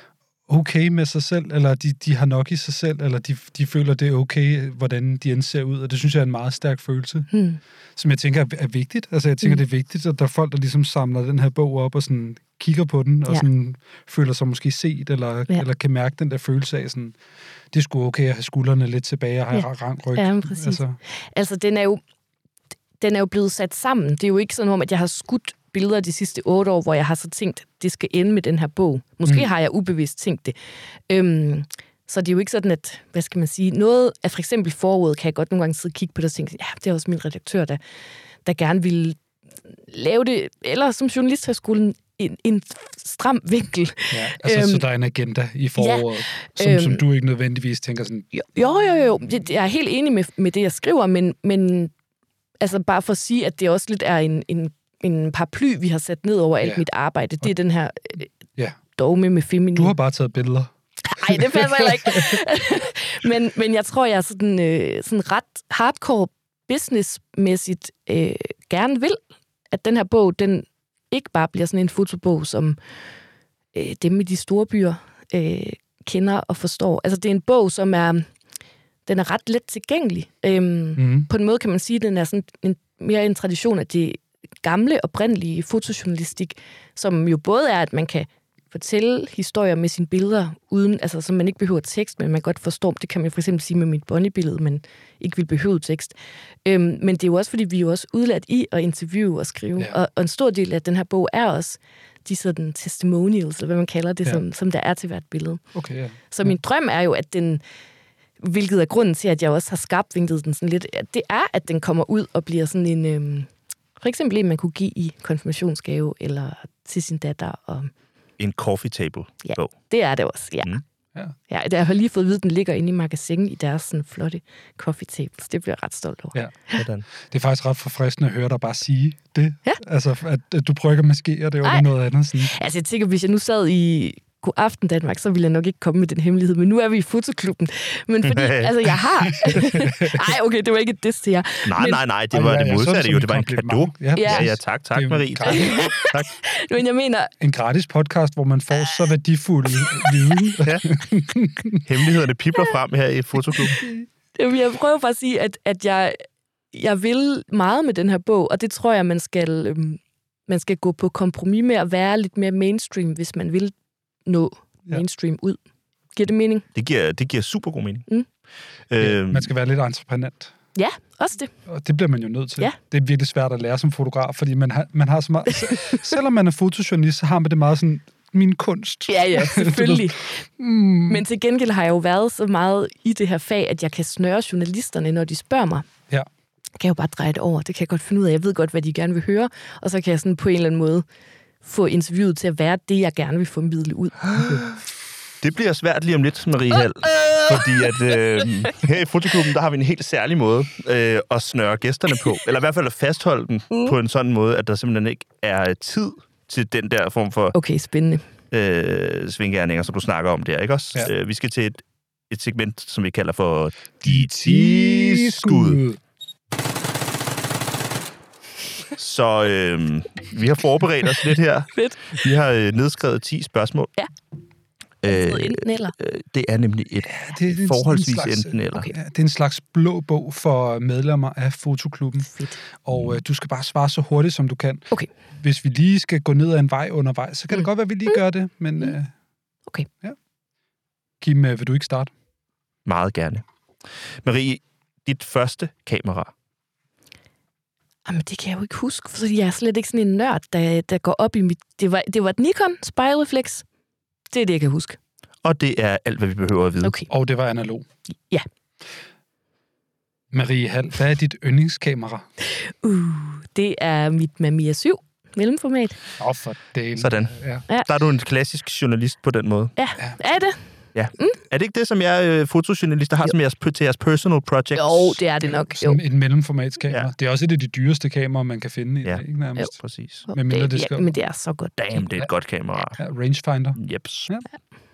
okay med sig selv, eller de, de har nok i sig selv, eller de, de føler, det er okay, hvordan de end ser ud, og det synes jeg er en meget stærk følelse, hmm. som jeg tænker er, er vigtigt. Altså jeg tænker, hmm. det er vigtigt, at der er folk, der ligesom samler den her bog op, og sådan kigger på den, og ja. sådan føler sig måske set, eller, ja. eller kan mærke den der følelse af sådan, det er sgu okay at have skuldrene lidt tilbage, og have ja. rank ryg. Ja, præcis. Altså, altså den er jo den er jo blevet sat sammen. Det er jo ikke sådan om, at jeg har skudt billeder de sidste otte år, hvor jeg har så tænkt, det skal ende med den her bog. Måske mm. har jeg ubevidst tænkt det. Øhm, så det er jo ikke sådan, at, hvad skal man sige, noget af for eksempel forordet, kan jeg godt nogle gange sidde og kigge på det og tænke, ja, det er også min redaktør, der, der gerne vil lave det, eller som journalisthøjskolen, en, en stram vinkel. Ja, altså øhm, så der er en agenda i forordet, ja, som, øhm, som du ikke nødvendigvis tænker sådan... Jo, jo, jo. jo. Jeg er helt enig med, med det, jeg skriver, men, men altså bare for at sige, at det også lidt er en, en en paraply, vi har sat ned over alt ja. mit arbejde. Det er den her øh, ja. dogme med feminin. Du har bare taget billeder. Nej, det passer heller ikke. men, men jeg tror, jeg sådan, øh, sådan ret hardcore businessmæssigt øh, gerne vil, at den her bog, den ikke bare bliver sådan en fotobog, som øh, dem i de store byer øh, kender og forstår. Altså, det er en bog, som er, den er ret let tilgængelig. Øhm, mm. På en måde kan man sige, at den er sådan en, mere en tradition af det gamle, oprindelige fotojournalistik, som jo både er, at man kan fortælle historier med sine billeder, uden, altså, som man ikke behøver tekst, men man godt forstår. Det kan man for eksempel sige med mit Bonnie-billede, men ikke vil behøve tekst. Øhm, men det er jo også, fordi vi er jo også udlært i at interviewe og skrive. Ja. Og, og en stor del af den her bog er også de sådan testimonials, eller hvad man kalder det, ja. som, som der er til hvert billede. Okay, ja. Så min drøm er jo, at den, hvilket er grunden til, at jeg også har skabt vinklet den sådan lidt, at det er, at den kommer ud og bliver sådan en... Øhm, for eksempel en, man kunne give i konfirmationsgave, eller til sin datter. Og... En coffee table bog. Ja, det er det også, ja. Mm. Ja. ja. Jeg har lige fået at vide, at den ligger inde i magasin i deres sådan, flotte coffee tables. Det bliver jeg ret stolt over. Ja. Det er faktisk ret forfriskende at høre dig bare sige det. Ja. Altså, at, at du prøver ikke at maskere det under noget andet. Sådan. Altså, jeg tænker, hvis jeg nu sad i God Aften Danmark, så ville jeg nok ikke komme med den hemmelighed. Men nu er vi i fotoklubben. Men fordi, altså, jeg har... Nej, okay, det var ikke et diss til jer. Nej, men... nej, nej, det var ja, det modsatte jo. Det var en cadeau. Ja, ja, ja tak, tak, Marie. Tak. tak. Men jeg mener... En gratis podcast, hvor man får så værdifuld viden. Ja. Hemmelighederne pipler frem her i fotoklubben. Jeg prøver bare at sige, at, at jeg, jeg vil meget med den her bog, og det tror jeg, man skal, øhm, man skal gå på kompromis med at være lidt mere mainstream, hvis man vil nå mainstream ud. Giver det mening? Det giver, det giver super god mening. Mm. Øhm. Man skal være lidt entreprenant. Ja, også det. Og det bliver man jo nødt til. Ja. Det er virkelig svært at lære som fotograf, fordi man har, man har så meget... selvom man er fotojournalist, så har man det meget sådan, min kunst. Ja, ja, selvfølgelig. mm. Men til gengæld har jeg jo været så meget i det her fag, at jeg kan snøre journalisterne, når de spørger mig. Ja. Kan jeg jo bare dreje det over. Det kan jeg godt finde ud af. Jeg ved godt, hvad de gerne vil høre, og så kan jeg sådan på en eller anden måde få interviewet til at være det, jeg gerne vil formidle ud. Det bliver svært lige om lidt, Marie Hall. Fordi at øh, her i Fotoklubben, der har vi en helt særlig måde øh, at snøre gæsterne på. Eller i hvert fald at fastholde dem mm. på en sådan måde, at der simpelthen ikke er tid til den der form for... Okay, spændende. Øh, svingærninger, som du snakker om der, ikke også? Ja. Øh, vi skal til et, et segment, som vi kalder for De ti skud. Så øh, vi har forberedt os lidt her. Fedt. Vi har øh, nedskrevet ti spørgsmål. Ja. Øh, enten eller? Øh, det er nemlig et ja, det er forholdsvis slags, enten eller. Okay. Ja, det er en slags blå bog for medlemmer af Fotoklubben. Fedt. Og øh, du skal bare svare så hurtigt, som du kan. Okay. Hvis vi lige skal gå ned ad en vej undervejs, så kan mm. det godt være, at vi lige gør det. Men, øh, okay. Ja. Kim, vil du ikke starte? Meget gerne. Marie, dit første kamera. Jamen, det kan jeg jo ikke huske, fordi jeg er slet ikke sådan en nørd, der, der går op i mit... Det var, det var et Nikon spejlreflex. Det er det, jeg kan huske. Og det er alt, hvad vi behøver at vide. Okay. Og det var analog. Ja. Marie Hall, hvad er dit yndlingskamera? Uh, det er mit Mamiya syv mellemformat. Åh, oh, for det. Sådan. Ja. Ja. Der er du en klassisk journalist på den måde. Ja, ja. Er det? Ja. Mm. Er det ikke det, som jeg øh, fotojournalister har som jeres, til jeres personal projects? Jo, det er det nok. Sådan et mellemformatskamera. Ja. Det er også et af de dyreste kameraer, man kan finde i ja. dag, ikke nærmest? Jo, præcis. Men, det, det ja, men det er så godt. Damn, det er et ja. godt kamera. Ja, rangefinder. Jeps. Ja.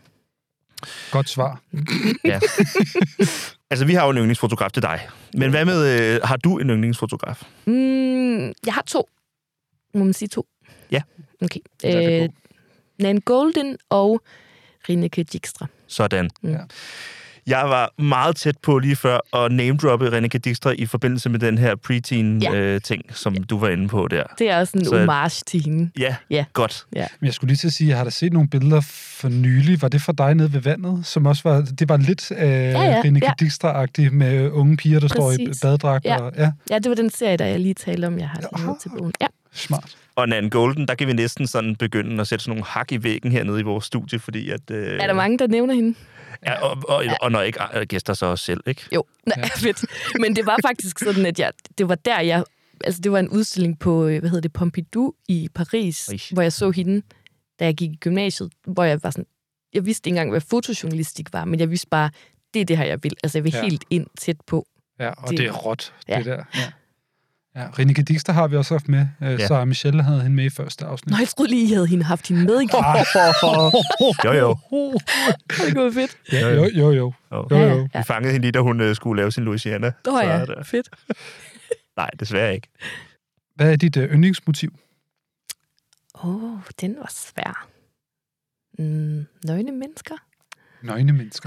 Godt svar. Ja. Altså, vi har jo en yndlingsfotograf til dig. Men hvad med, øh, har du en yndlingsfotograf? Mm, jeg har to. Må man sige to? Ja. Okay. Øh, Nan Goldin og Rinneke Dijkstra. Sådan. Mm. Ja. Jeg var meget tæt på lige før at name-droppe Rinneke Dijkstra i forbindelse med den her preteen-ting, ja. øh, som ja. du var inde på der. Det er også en Så, homage til hende. Ja, ja. godt. Ja. Men jeg skulle lige til at sige, jeg har da set nogle billeder for nylig. Var det for dig nede ved vandet? Som også var, det var lidt øh, ja, ja. Rinneke ja. Dijkstra-agtigt med unge piger, der Præcis. står i badedragt. Ja. Og, ja. ja, det var den serie, der jeg lige talte om, jeg har ja. til bogen. Ja. Smart. Og Nan Golden, der kan vi næsten sådan begynde at sætte sådan nogle hak i væggen hernede i vores studie, fordi at... Øh... Er der mange, der nævner hende? Ja, og, og, ja. og når ikke gæster så også selv, ikke? Jo, nej, ja. fedt. Men det var faktisk sådan, at jeg, det var der, jeg... Altså, det var en udstilling på, hvad hedder det, Pompidou i Paris, Ej. hvor jeg så hende, da jeg gik i gymnasiet, hvor jeg var sådan... Jeg vidste ikke engang, hvad fotojournalistik var, men jeg vidste bare, det er det her, jeg vil. Altså, jeg vil ja. helt ind tæt på. Ja, og det, det er råt, ja. det der. Ja. Ja, Rinneke Dijkstra har vi også haft med. Ja. Så Michelle havde hende med i første afsnit. Nå, jeg troede lige, I havde hende haft hende med igen. jo, jo. Det går fedt. Ja, jo, jo, jo. jo, jo, jo. Vi fangede hende lige, da hun uh, skulle lave sin Louisiana. Åh oh, ja, det. fedt. Nej, desværre ikke. Hvad er dit uh, yndlingsmotiv? Åh, oh, den var svær. Mm, nøgne mennesker? Nøgne mennesker?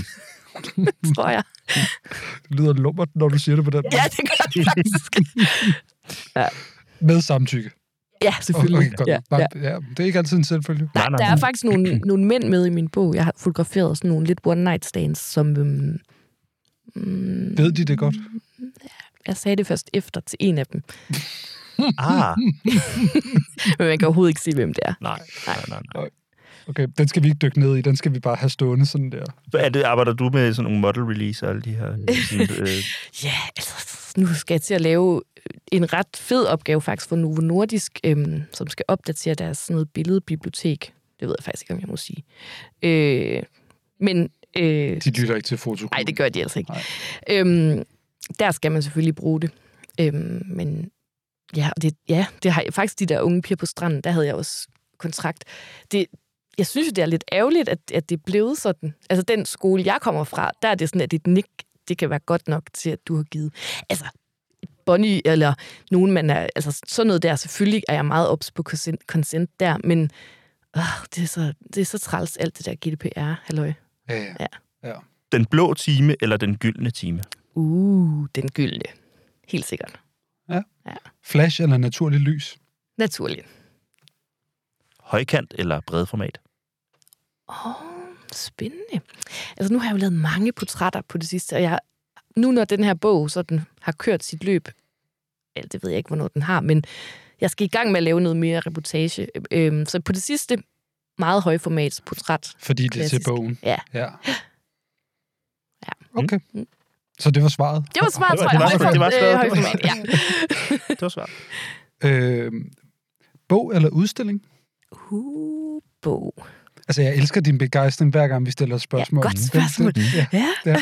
Tror jeg. Det lyder lummert, når du siger det på den måde. Ja, det gør det faktisk. ja. Med samtykke? Ja, selvfølgelig. Okay, godt. Ja, ja. Ja, det er ikke altid en selvfølge. Nej, der er faktisk nogle, nogle mænd med i min bog. Jeg har fotograferet sådan nogle lidt one-night stands, som... Øhm, mm, Ved de det godt? Jeg sagde det først efter til en af dem. ah. Men man kan overhovedet ikke se, hvem det er. Nej, nej, nej. nej. Okay, den skal vi ikke dykke ned i. Den skal vi bare have stående sådan der. Er det, arbejder du med sådan nogle model release og alle de her? Sådan, øh... ja, altså, nu skal jeg til at lave en ret fed opgave faktisk for Novo Nordisk, øhm, som skal opdatere deres sådan noget billedbibliotek. Det ved jeg faktisk ikke, om jeg må sige. Øh, men... Øh, de lytter ikke til fotoklubben. Nej, det gør de altså ikke. Øhm, der skal man selvfølgelig bruge det. Øhm, men ja, det, ja, det har jeg faktisk de der unge piger på stranden, der havde jeg også kontrakt. Det Jeg synes jo, det er lidt ærgerligt, at, at det er blevet sådan. Altså, den skole, jeg kommer fra, der er det sådan, at dit nik, det kan være godt nok til, at du har givet. Altså, Bonnie, eller nogen, man er... Altså, sådan noget der, selvfølgelig er jeg meget ops på consent, consent der, men øh, det, er så, det er så træls, alt det der G D P R, halløj. Ja, ja. ja. ja. Den blå time eller den gyldne time? Uh, den gyldne. Helt sikkert. Ja. ja. Flash eller naturligt lys? Naturligt. Højkant eller bredformat? Åh, oh, spændende. Altså, nu har jeg jo lavet mange portrætter på det sidste, og jeg, nu når den her bog så den har kørt sit løb, eller det ved jeg ikke, hvornår den har, men jeg skal i gang med at lave noget mere reportage. Øhm, så på det sidste, meget højformats portræt. Fordi det er til bogen? Ja. Ja. ja. Okay. Mm. Så det var svaret? Det var svaret, tror jeg. Højformat, det var svaret. Højformat, ja. Det var svaret. Øh, bog eller udstilling? Uh, bog. Altså, jeg elsker din begejstring, hver gang vi stiller et spørgsmål. Ja, godt spørgsmål. Den, den, ja. ja.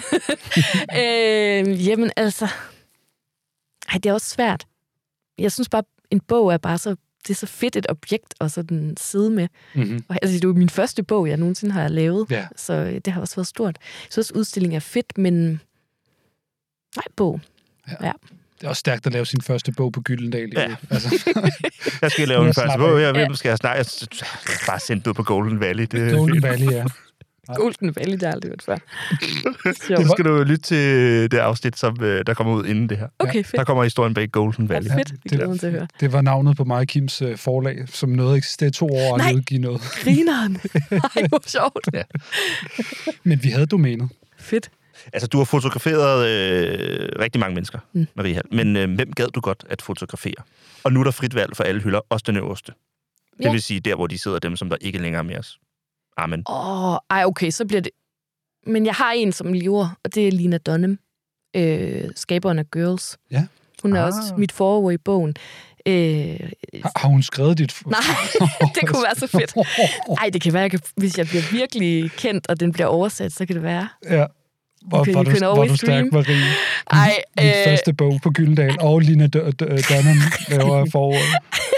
ja. øh, jamen, altså... Ej, det er også svært. Jeg synes bare, en bog er bare så... Det er så fedt et objekt at sådan sidde med. Mm-hmm. Og, altså, det er jo min første bog, jeg nogensinde har lavet. Ja. Så det har også været stort. Jeg synes, udstillingen er fedt, men... Nej, bog. Ja. ja. Det er også stærkt at lave sin første bog på Gyldendal. Ja. Altså. Jeg skal lave min første bog. Jeg ved, skal jeg snart... Jeg bare sendt ud på Golden Valley. Det er Golden Valley, ja. Golden Valley, det har jeg aldrig hørt før. Det skal du lytte til det afsnit, som der kommer ud inden det her. Okay, fedt. Der kommer historien bag Golden Valley. Ja, fedt. Vi glæder mig til at høre. Det var navnet på mig og Kims uh, forlag, som nåede at eksistere to år og Nej. udgive noget. Grineren. Nej, hvor sjovt. Ja. Men vi havde domænet. Fedt. Altså, du har fotograferet øh, rigtig mange mennesker, mm. Marie Hall. Men øh, hvem gad du godt at fotografere? Og nu er der frit valg for alle hylder, også den øverste. Det ja. vil sige, der hvor de sidder, dem som der ikke længere er med os. Amen. Åh, oh, ej, okay, så bliver det... Men jeg har en, som lever, og det er Lena Dunham, øh, skaberen af Girls. Ja. Hun er ah. også mit forord i bogen. Øh, har, har hun skrevet dit... Nej, det kunne være så fedt. Ej, det kan være, jeg, hvis jeg bliver virkelig kendt, og den bliver oversat, så kan det være. Ja. Hvor, okay, hvor, du, hvor du stærk, Marie. Ej, Din øh... første bog på Gyldendal, og Lina Dunham laver forordet.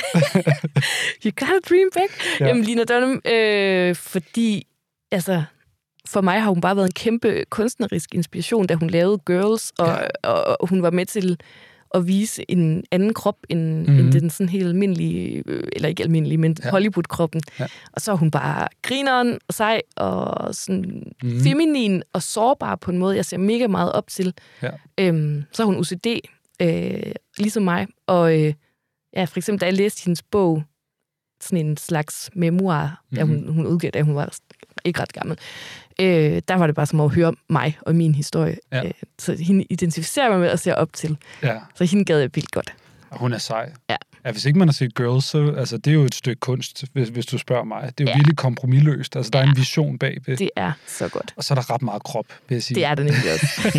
You gotta dream back. Ja. Jamen, Lena Dunham, øh, fordi, altså, for mig har hun bare været en kæmpe kunstnerisk inspiration, da hun lavede Girls, og, ja. og, og hun var med til at vise en anden krop, end, mm-hmm. end den sådan helt almindelige, eller ikke almindelige, men ja. Hollywood-kroppen. Ja. Og så er hun bare grineren og sej, og sådan mm-hmm. feminin og sårbar på en måde, jeg ser mega meget op til. Ja. Øhm, så er hun O C D, øh, ligesom mig, og øh, ja, for eksempel, da jeg læste hendes bog, sådan en slags memoir, mm-hmm. ja, hun, hun udgav, da hun var ikke ret gammel, øh, der var det bare som at høre mig og min historie. Ja. Øh, så hende identificerer mig med og ser op til. Ja. Så hende gad jeg vildt godt. Og hun er sej. Ja. Ja, hvis ikke man har set Girls, så altså, det er jo et stykke kunst, hvis, hvis du spørger mig. Det er jo ja. virkelig kompromisløst. Altså, der ja. er en vision bagved. Det er så godt. Og så er der ret meget krop, vil jeg sige. Det er det nemlig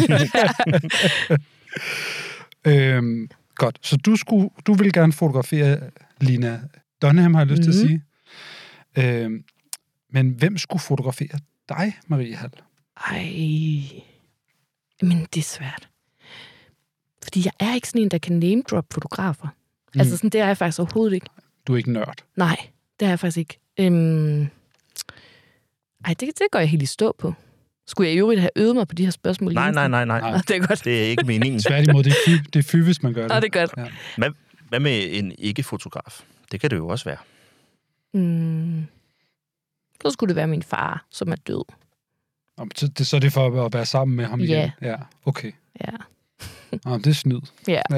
også. øhm, godt. Så du, skulle, du vil gerne fotografere Lena Dunham, har jeg lyst mm-hmm. til at sige. Øhm, men hvem skulle fotografere dig, Marie Hall? Ej, men det er svært. Fordi jeg er ikke sådan en, der kan name-drop fotografer. Mm. Altså sådan, det er jeg faktisk overhovedet ikke. Du er ikke nørd? Nej, det er jeg faktisk ikke. Øhm, ej, det, det går jeg helt i stå på. Skulle jeg i øvrigt have øvet mig på de her spørgsmål? Nej, nej, nej, nej. Nå, det er godt. Det er ikke meningen. Tværtimod, det er fy, det er fy, hvis man gør det. Nå, det er godt. Ja. Hvad, hvad med en ikke-fotograf? Det kan det jo også være. Mm. Så skulle det være min far, som er død. Så det, så er det for at være sammen med ham igen? Ja. Ja, okay. Ja. Nå, det er snyd. Ja. ja.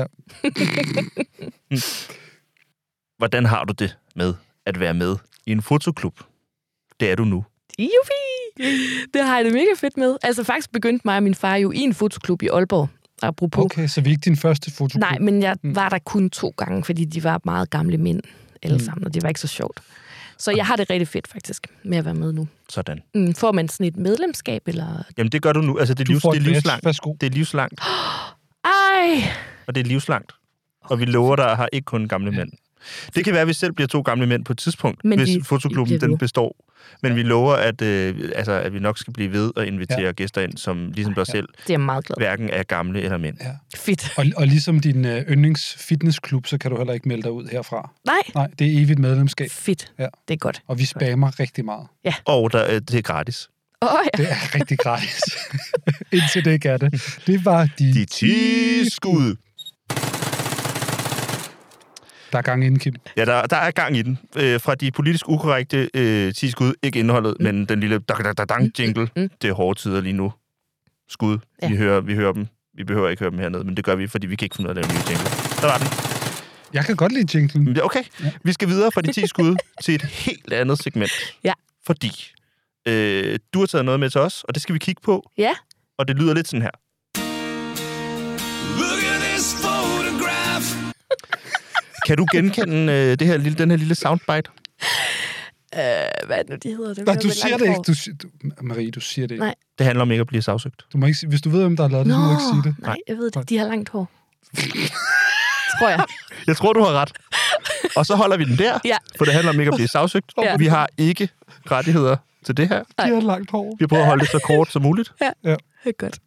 Hvordan har du det med at være med i en fotoklub? Det er du nu. Juppie! Det har jeg det mega fedt med. Altså faktisk begyndte mig og min far jo i en fotoklub i Aalborg. Apropos. Okay, så vi er ikke din første fotoklub? Nej, men jeg var der kun to gange, fordi de var meget gamle mænd alle sammen, og det var ikke så sjovt. Så jeg har det rigtig fedt faktisk med at være med nu. Sådan. Mm, får man sådan et medlemskab, eller? Jamen det gør du nu. Altså det er, livs, det er livslangt. Det er livslangt. Ej! Og det er livslangt. Og vi lover dig at have ikke kun gamle mænd. Det kan være, at vi selv bliver to gamle mænd på et tidspunkt, men hvis de, fotoklubben den består. Men vi lover, at, øh, altså, at vi nok skal blive ved og invitere ja. gæster ind, som ligesom dig selv det er meget glad. hverken er gamle eller mænd. Ja. Fedt. Og, og ligesom din øh, yndlings fitnessklub, så kan du heller ikke melde dig ud herfra. Nej. Nej, det er evigt medlemskab. Fedt. Ja. Det er godt. Og vi spammer godt. rigtig meget. Ja. Og der, øh, det er gratis. Oh, ja. Det er rigtig gratis. Indtil det ikke er det. Det var de, de ti skud. Der er gang i den, Kim. Ja, der, der er gang i den. Øh, fra de politisk ukorrekte øh, ti skud, ikke indholdet, mm. men den lille dang-dang-jingle. Mm. Det er hårde tider lige nu. Skud. Ja. Vi, hører, vi hører dem. Vi behøver ikke høre dem hernede, men det gør vi, fordi vi kan ikke finde ud af at lave en ny jingle. Der var den. Jeg kan godt lide jinglen. Okay, ja. Vi skal videre fra de ti skud til et helt andet segment. Ja. Fordi øh, du har taget noget med til os, og det skal vi kigge på. Ja. Og det lyder lidt sådan her. Look at this photograph. Kan du genkende øh, det her, den her lille soundbite? Øh, hvad er det nu, de hedder? Det Nej, du siger det ikke. Du, du, Marie, du siger det ikke. Nej. Det handler om ikke at blive sagsøgt. Du må ikke, hvis du ved, hvem der har lavet det, Nå, så må du ikke sige det. Nej, jeg ved det. De har langt hår. Tror jeg. Jeg tror, du har ret. Og så holder vi den der, ja. for det handler om ikke at blive sagsøgt. Ja. Vi har ikke rettigheder til det her. De har langt hår. Vi har prøvet at holde det så kort som muligt. Ja, ja. det er godt.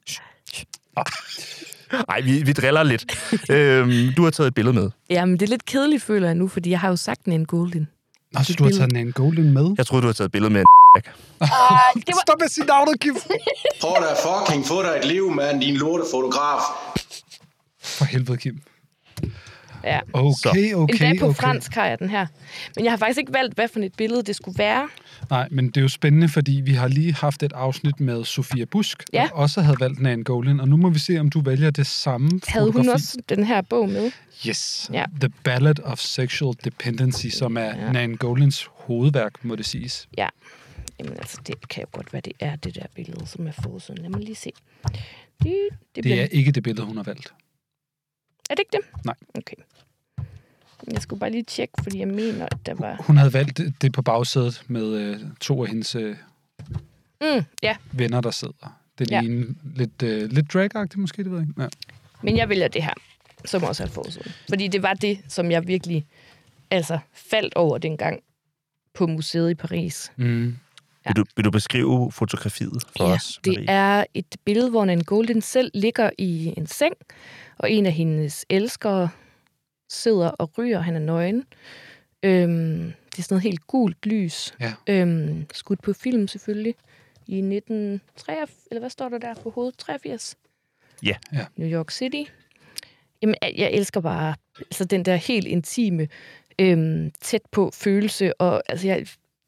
Nej, vi, vi driller lidt. øhm, du har taget et billede med. Jamen, det er lidt kedeligt, føler jeg nu, fordi jeg har jo sagt Nan Goldin. Nå, så du har taget Nan Goldin med? Jeg troede, du har taget et billede med en uh, var... Stop med sin navnet, Kim! Prøv da fucking få dig et liv, mand, din lortefotograf. For helvede, Kim. Ja. Okay, okay, Endda på okay. fransk har jeg den her. Men jeg har faktisk ikke valgt, hvad for et billede det skulle være. Nej, men det er jo spændende, fordi vi har lige haft et afsnit med Sofia Busk, ja. der også havde valgt Nan Goldin, og nu må vi se, om du vælger det samme fotografi. Havde hun også den her bog med? Yes. Ja. The Ballad of Sexual Dependency, som er ja. Nan Goldins hovedværk, må det siges. Ja. Jamen altså, det kan jo godt være, det er det der billede, som er fået. Lad mig lige se. Det, det, det bliver... er ikke det billede, hun har valgt. Er det ikke det? Nej. Okay. Jeg skulle bare lige tjekke, fordi jeg mener, at der var... Hun havde valgt det på bagsædet med øh, to af hendes øh, mm, ja. venner, der sidder. Den ja. ene lidt, øh, lidt drag-agtig måske, det ved jeg ikke. Ja. Men jeg vælger det her, som også er forsøget. Fordi det var det, som jeg virkelig altså, faldt over dengang på museet i Paris. Mm. Ja. Vil, du, vil du beskrive fotografiet for ja, os? Det er et billede, hvor Nan Goldin selv ligger i en seng, og en af hendes elskere sidder og ryger. Han er nøgen. Øhm, det er sådan noget helt gult lys. Ja. Øhm, skudt på film selvfølgelig. I nitten treogfirs, eller hvad står der der på hovedet? treogfirs? Ja. ja. New York City. Jamen, jeg elsker bare altså, den der helt intime, øhm, tæt på følelse, og altså, jeg,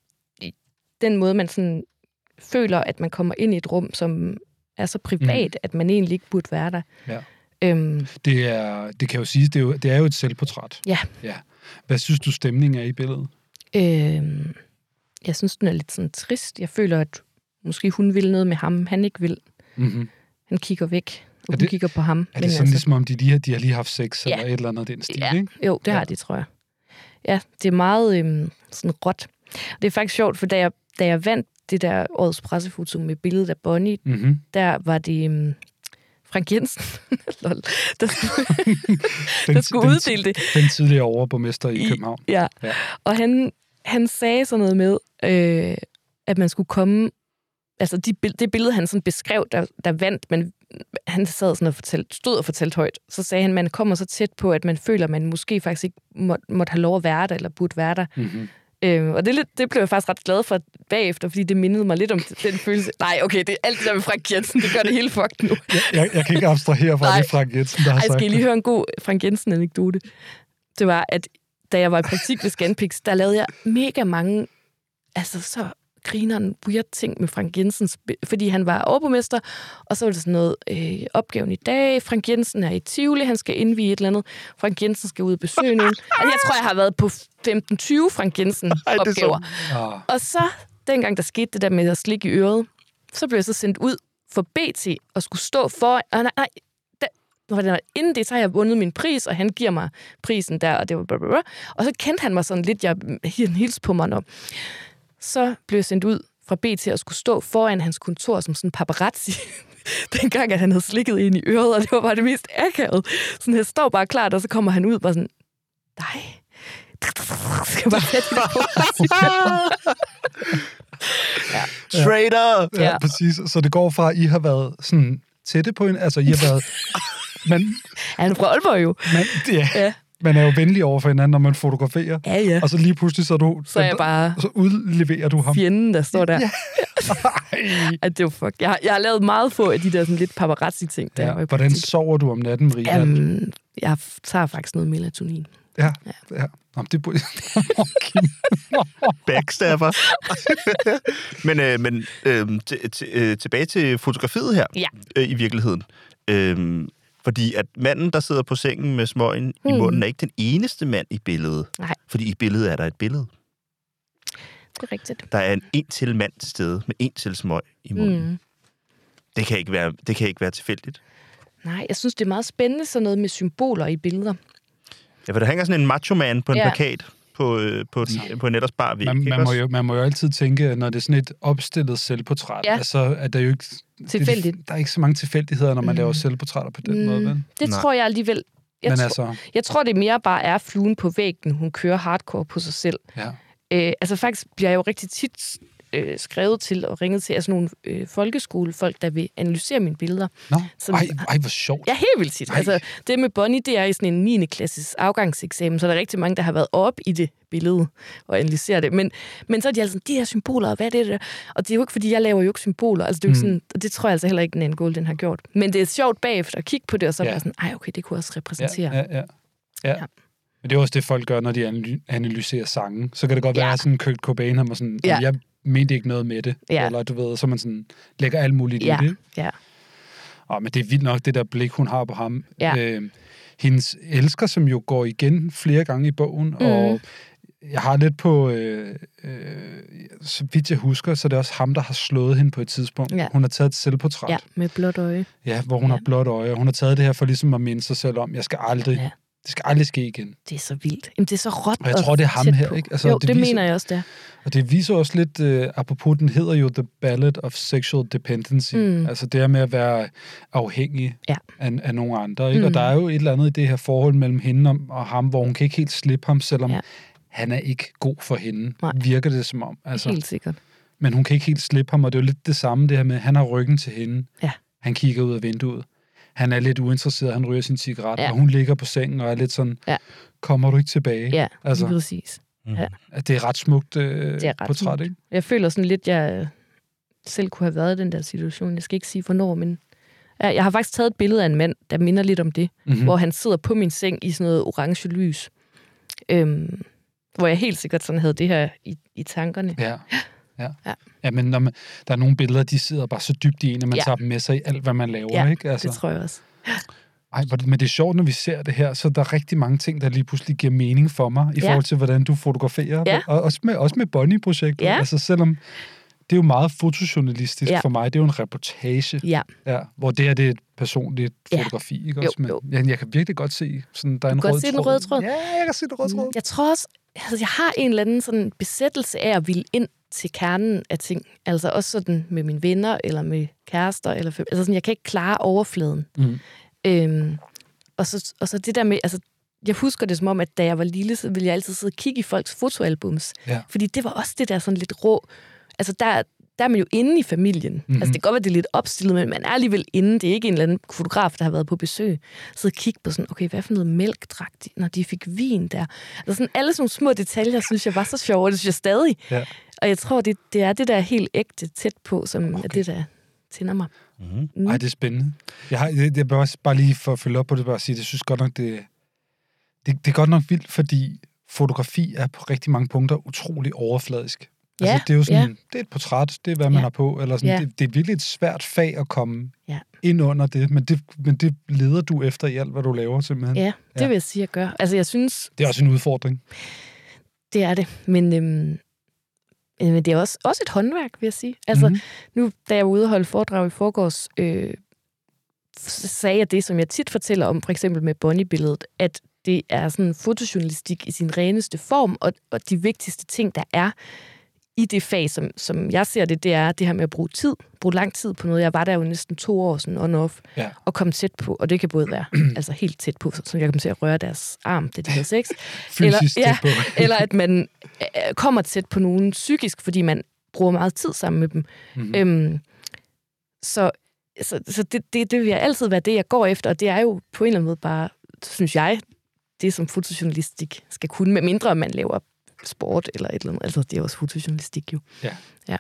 den måde, man sådan føler, at man kommer ind i et rum, som er så privat, mm. at man egentlig ikke burde være der. Ja. Øhm, det, er, det kan jo siges, det er jo, det er jo et selvportræt. Ja. ja. Hvad synes du, stemningen er i billedet? Øhm, jeg synes, den er lidt sådan trist. Jeg føler, at måske hun vil noget med ham, han ikke vil. Mm-hmm. Han kigger væk, og det, hun kigger på ham. Er det sådan altså, ligesom, om de, lige har, de har lige haft sex, ja. eller et eller andet den stil, ja. ikke? Jo, det ja. har de, tror jeg. Ja, det er meget øhm, sådan råt. Det er faktisk sjovt, for da jeg, da jeg vandt det der årets pressefoto med billedet af Bonnie, mm-hmm. der var det um, Frank Jensen, der skulle, den, der skulle den, uddele det. Den tidligere overborgmester i, i København. Ja, ja. Og han, han sagde sådan noget med, øh, at man skulle komme... Altså, de, det billede, han sådan beskrev, der, der vandt, men han sad sådan og fortalte, stod og fortalte højt. Så sagde han, at man kommer så tæt på, at man føler, at man måske faktisk ikke må, måtte have lov at være der, eller burde være der. Mm-hmm. Øh, og det, det blev jeg faktisk ret glad for bagefter, fordi det mindede mig lidt om den følelse. Nej, okay, det er alt det der med Frank Jensen, det gør det hele fucked nu. jeg, jeg, jeg kan ikke abstrahere fra det Frank Jensen, der har Ej, sagt skal I lige høre en god Frank Jensen-anekdote? Det var, at da jeg var i praktik ved Scanpix, der lavede jeg mega mange, altså så grineren weird ting med Frank Jensens, fordi han var overborgmester, og så var det sådan noget, øh, opgaven i dag, Frank Jensen er i Tivoli, han skal indvige et eller andet, Frank Jensen skal ud og besøge nogen. Altså, jeg tror, jeg har været på femten tyve Frank Jensen-opgaver. Ah. Og så, dengang der skete det der med at slikke i øret, så blev jeg så sendt ud for B T og skulle stå for... Og nej, nej, da, inden det, så har jeg vundet min pris, og han giver mig prisen der, og det var blablabla. Og så kendte han mig sådan lidt, jeg en hils på mig, og så blev jeg sendt ud fra B T og skulle stå foran hans kontor som sådan en paparazzi. Dengang, at han havde slikket ind i øret, og det var bare det mest akavet. Sådan, jeg står bare klart, og så kommer han ud bare sådan, nej, skal bare sætte mig på. Ja. Trader! Ja, ja, præcis. Så det går fra, at I har været sådan tætte på en, altså I har været... Man, han er fra Aalborg jo. Man, ja. ja. Man er jo venlig over for hinanden, når man fotograferer. Ja, ja. Og så lige pludselig, så, du, så, jeg bare så udleverer du ham. Fjenden, der står der. Ja. Ej, det var fuck. Jeg har, jeg har lavet meget få af de der sådan lidt paparazzi-ting. Der ja. Hvordan sover du om natten, Maria? Um, jeg tager faktisk noget melatonin. Ja, ja. ja. Nå, det burde... Backstabber. men øh, men øh, t- t- øh, tilbage til fotografiet her, ja. øh, i virkeligheden. Øh, Fordi at manden, der sidder på sengen med smøgen hmm. i munden, er ikke den eneste mand i billedet. Nej. Fordi i billedet er der et billede. Det er rigtigt. Der er en en til mand til stede med en til smøg i munden. Hmm. Det kan ikke være, det kan ikke være tilfældigt. Nej, jeg synes, det er meget spændende, sådan noget med symboler i billeder. Ja, for der hænger sådan en macho-man på en ja. plakat på, øh, på, den, på en ellers bar væg. Man, man, må jo, man må jo altid tænke, når det er sådan et opstillet selvportræt, ja. altså er der jo ikke... Tilfældigt. Det, der er ikke så mange tilfældigheder, når man mm. laver selvportrætter på den mm. måde, vel? Det Nej. tror jeg alligevel... Jeg, Men tro, altså... jeg tror, det mere bare er fluen på væggen, hun kører hardcore på sig selv. Ja. Øh, altså faktisk bliver jeg jo rigtig tit øh, skrevet til og ringet til altså nogle øh, folkeskolefolk, der vil analysere mine billeder. Nå, som, ej, ej, hvor sjovt. Ja, helt vildt tit. Altså, det med Bonnie, det er i sådan en niende klasses afgangseksamen, så der er rigtig mange, der har været op i det billede og analysere det. Men, men så er de altså de her symboler, og hvad er det der? Og det er jo ikke, fordi jeg laver jo ikke symboler. Altså, det er jo mm. sådan, og det tror jeg altså heller ikke, Nan Goldin har gjort. Men det er sjovt bagefter at kigge på det, og så ja. være sådan, ej, okay, det kunne også repræsentere. Ja, ja, ja. ja. ja. Men det er også det, folk gør, når de analyserer sange. Så kan det godt ja. være sådan, Kurt Cobain har sådan, ja. jeg mente ikke noget med det. Ja. Eller du ved, så man sådan lægger alt muligt ja. i det. Ja. Og, men det er vildt nok, det der blik, hun har på ham. Ja. Øh, hendes elsker, som jo går igen flere gange i bogen, mm. og jeg har lidt på, øh, øh, så vidt jeg husker, så det er også ham, der har slået hende på et tidspunkt. Ja. Hun har taget et selvportræt. Ja, med blåt øje. Ja, hvor hun ja. har blåt øje, og hun har taget det her for ligesom at minde sig selv om, jeg skal aldrig... Ja. Det skal aldrig ske igen. Det er så vildt. Jamen, det er så råt. Og jeg tror, det er ham her, ikke? Altså, jo, det, det viser, mener jeg også, det Og det viser også lidt, uh, apropos, den hedder jo The Ballad of Sexual Dependency. Mm. Altså det her med at være afhængig ja. af, af nogle andre, ikke? Mm. Og der er jo et eller andet i det her forhold mellem hende og, og ham, hvor hun kan ikke helt slippe ham, selvom ja. han er ikke god for hende. Nej. Virker det som om. Altså. Helt sikkert. Men hun kan ikke helt slippe ham, og det er jo lidt det samme, det her med, han har ryggen til hende. Ja. Han kigger ud af vinduet. Han er lidt uinteresseret, han ryger sin cigaret, ja. og hun ligger på sengen og er lidt sådan, ja. kommer du ikke tilbage? Ja, altså, præcis. Mm. Ja. Det er ret smukt øh, det er ret portræt, smukt. Ikke? Jeg føler sådan lidt, jeg selv kunne have været i den der situation. Jeg skal ikke sige hvornår, men jeg har faktisk taget et billede af en mand, der minder lidt om det, mm-hmm. hvor han sidder på min seng i sådan noget orange lys, øhm, hvor jeg helt sikkert sådan havde det her i, i tankerne. Ja. Ja. Ja. ja, men når man, der er nogle billeder, de sidder bare så dybt i en, at man ja. tager dem med sig i alt, hvad man laver, ja, ikke? Altså. det tror jeg også. Ej, men det er sjovt, når vi ser det her, så der er rigtig mange ting, der lige pludselig giver mening for mig, i ja. forhold til, hvordan du fotograferer. Ja. Og også med, også med Bonnie-projektet. Ja. Altså selvom det er jo meget fotojournalistisk ja. for mig, det er jo en reportage, ja. Ja, hvor det her det er et personligt ja. fotografi, ikke? Også, jo, jo. Men jeg, jeg kan virkelig godt se, sådan, der er en du rød kan se tråd. Den røde tråd. Ja, jeg kan se den røde tråd. Jeg tror også, altså, jeg har en eller anden sådan besættelse af at ville ind til kernen af ting. Altså også sådan med mine venner, eller med kærester, eller altså sådan, jeg kan ikke klare overfladen. Mm. Øhm, og, så, og så det der med, altså, jeg husker det som om, at da jeg var lille, så ville jeg altid sidde og kigge i folks fotoalbums. Ja. Fordi det var også det der sådan lidt rå. Altså der, der er man jo inde i familien. Mm-hmm. Altså det kan godt være, det er lidt opstillet, men man er alligevel inde. Det er ikke en eller anden fotograf, der har været på besøg. Så og kigge på sådan, okay, hvad for noget mælk drak de, når de fik vin der? Altså sådan alle sådan små detaljer, synes jeg var så sjove, og det synes jeg stadig. Ja. Og jeg tror, det, det er det der helt ægte tæt på, som okay. er det, der tænder mig. Mm-hmm. Mm. Ej, det er spændende. Jeg har det, det er bare, bare lige for at følge op på det, bare at sige, det synes godt nok, det, det, det er godt nok vildt, fordi fotografi er på rigtig mange punkter utrolig overfladisk. Ja, altså, det er jo sådan, ja. det er et portræt, det er, hvad man ja. har på, eller sådan, ja. det, det er virkelig et svært fag at komme ja. ind under det, men det, men det leder du efter i alt, hvad du laver, simpelthen. Ja, det ja. vil jeg sige, jeg gør. Altså, jeg synes... Det er også en udfordring. Det er det, men, øhm, men det er også, også et håndværk, vil jeg sige. Altså, mm-hmm. nu, da jeg var ude og holde foredrag i forgårs, øh, sagde jeg det, som jeg tit fortæller om, for eksempel med Bonnie-billedet, at det er sådan fotojournalistik i sin reneste form, og, og de vigtigste ting, der er i det fag, som, som jeg ser det, det er det her med at bruge tid, bruge lang tid på noget. Jeg var der jo næsten to år sådan on-off, ja. og komme tæt på, og det kan både være altså helt tæt på, så jeg kan se at røre deres arm, da de havde sex. Fysisk eller, ja, tæt på. eller at man øh, kommer tæt på nogen psykisk, fordi man bruger meget tid sammen med dem. Mm-hmm. Øhm, så så, så det, det, det vil jeg altid være det, jeg går efter, og det er jo på en eller anden måde bare, synes jeg, det som fotojournalistik skal kunne, med mindre man laver sport eller et eller andet. Altså, det er også fotojournalistik jo. Ja. Ja.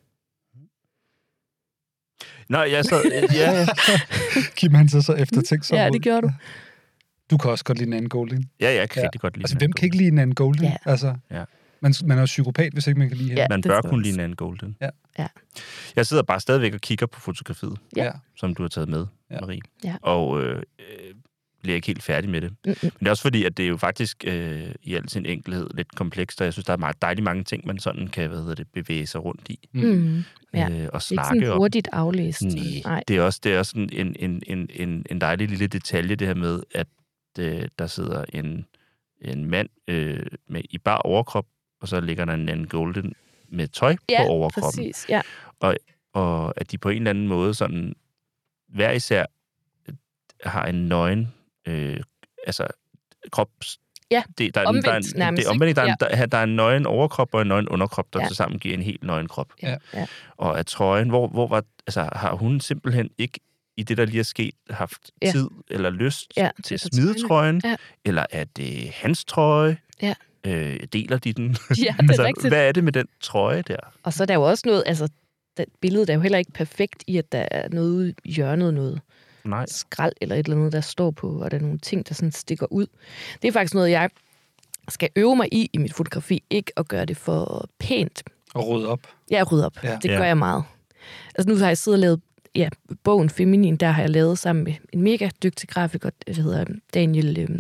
Nå, jeg sad... Ja, ja. Kim, han så så eftertænkt sig. Ja, det gjorde du. Du kan også godt lide Nan Goldin. Ja, jeg kan ja. rigtig godt lide Altså, hvem kan ikke lide Nan Goldin? Ja. Altså, ja. man, man er jo psykopat, hvis ikke man kan lide hende. Ja, man bør kunne lide Nan Goldin. Ja. ja. Jeg sidder bare stadigvæk og kigger på fotografiet, ja. som du har taget med, ja. Marie. Ja. Og øh, bliver ikke helt færdig med det. Mm-hmm. Men det er også fordi, at det er jo faktisk øh, i al sin enkelhed lidt komplekst, og jeg synes, der er meget dejligt mange ting, man sådan kan hvad hedder det, bevæge sig rundt i. Mm. Ja. Øh, og snakke om. Det er ikke sådan hurtigt aflæst. Nej, Nej. Det er også, det er også en, en, en, en, en dejlig lille detalje, det her med, at øh, der sidder en, en mand øh, med i bar overkrop, og så ligger der en Nan Goldin med tøj ja, på overkroppen. Præcis, ja. Og, og at de på en eller anden måde sådan, hver især har en nøgen, øh, altså krops Ja, det, der er, omvendt der er en, nærmest. Det er omvendt, der er, en, ja. der, der er en nøgen overkrop og en nøgen underkrop, der ja. tilsammen giver en helt nøgen krop. Ja. Ja. Og at trøjen, hvor, hvor var, altså, har hun simpelthen ikke i det, der lige er sket, haft ja. tid eller lyst ja, til at smide trøjen? Ja. Eller er det hans trøje? Ja. Øh, deler de den? Ja, det er altså, rigtigt. Hvad er det med den trøje der? Og så er der jo også noget, altså, det, billedet er jo heller ikke perfekt i, at der er noget ude i hjørnet, noget Nej. skrald eller et eller andet, der står på, og der er nogle ting, der sådan stikker ud. Det er faktisk noget, jeg skal øve mig i i mit fotografi, ikke at gøre det for pænt. Og rydde op. Ja, rydde op. Ja. Det gør ja. jeg meget. Altså nu har jeg siddet og lavet ja, bogen Feminin, der har jeg lavet sammen med en mega dygtig grafiker, der hedder Daniel, øhm,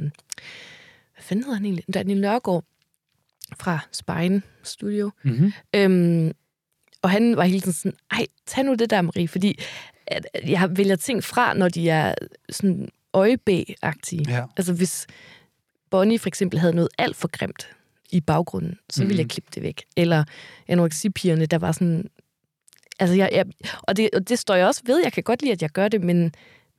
hvad fanden hedder han egentlig? Daniel Nørgaard fra Spine Studio. Mm-hmm. Øhm, og han var hele tiden sådan, ej, tag nu det der, Marie, fordi at jeg vælger ting fra, når de er sådan øjebæ-agtige. Ja. Altså hvis Bonnie for eksempel havde noget alt for grimt i baggrunden, så ville mm. jeg klippe det væk. Eller anoreksipigerne, der var sådan... Altså jeg, jeg, og, det, og det står jeg også ved. Jeg kan godt lide, at jeg gør det, men,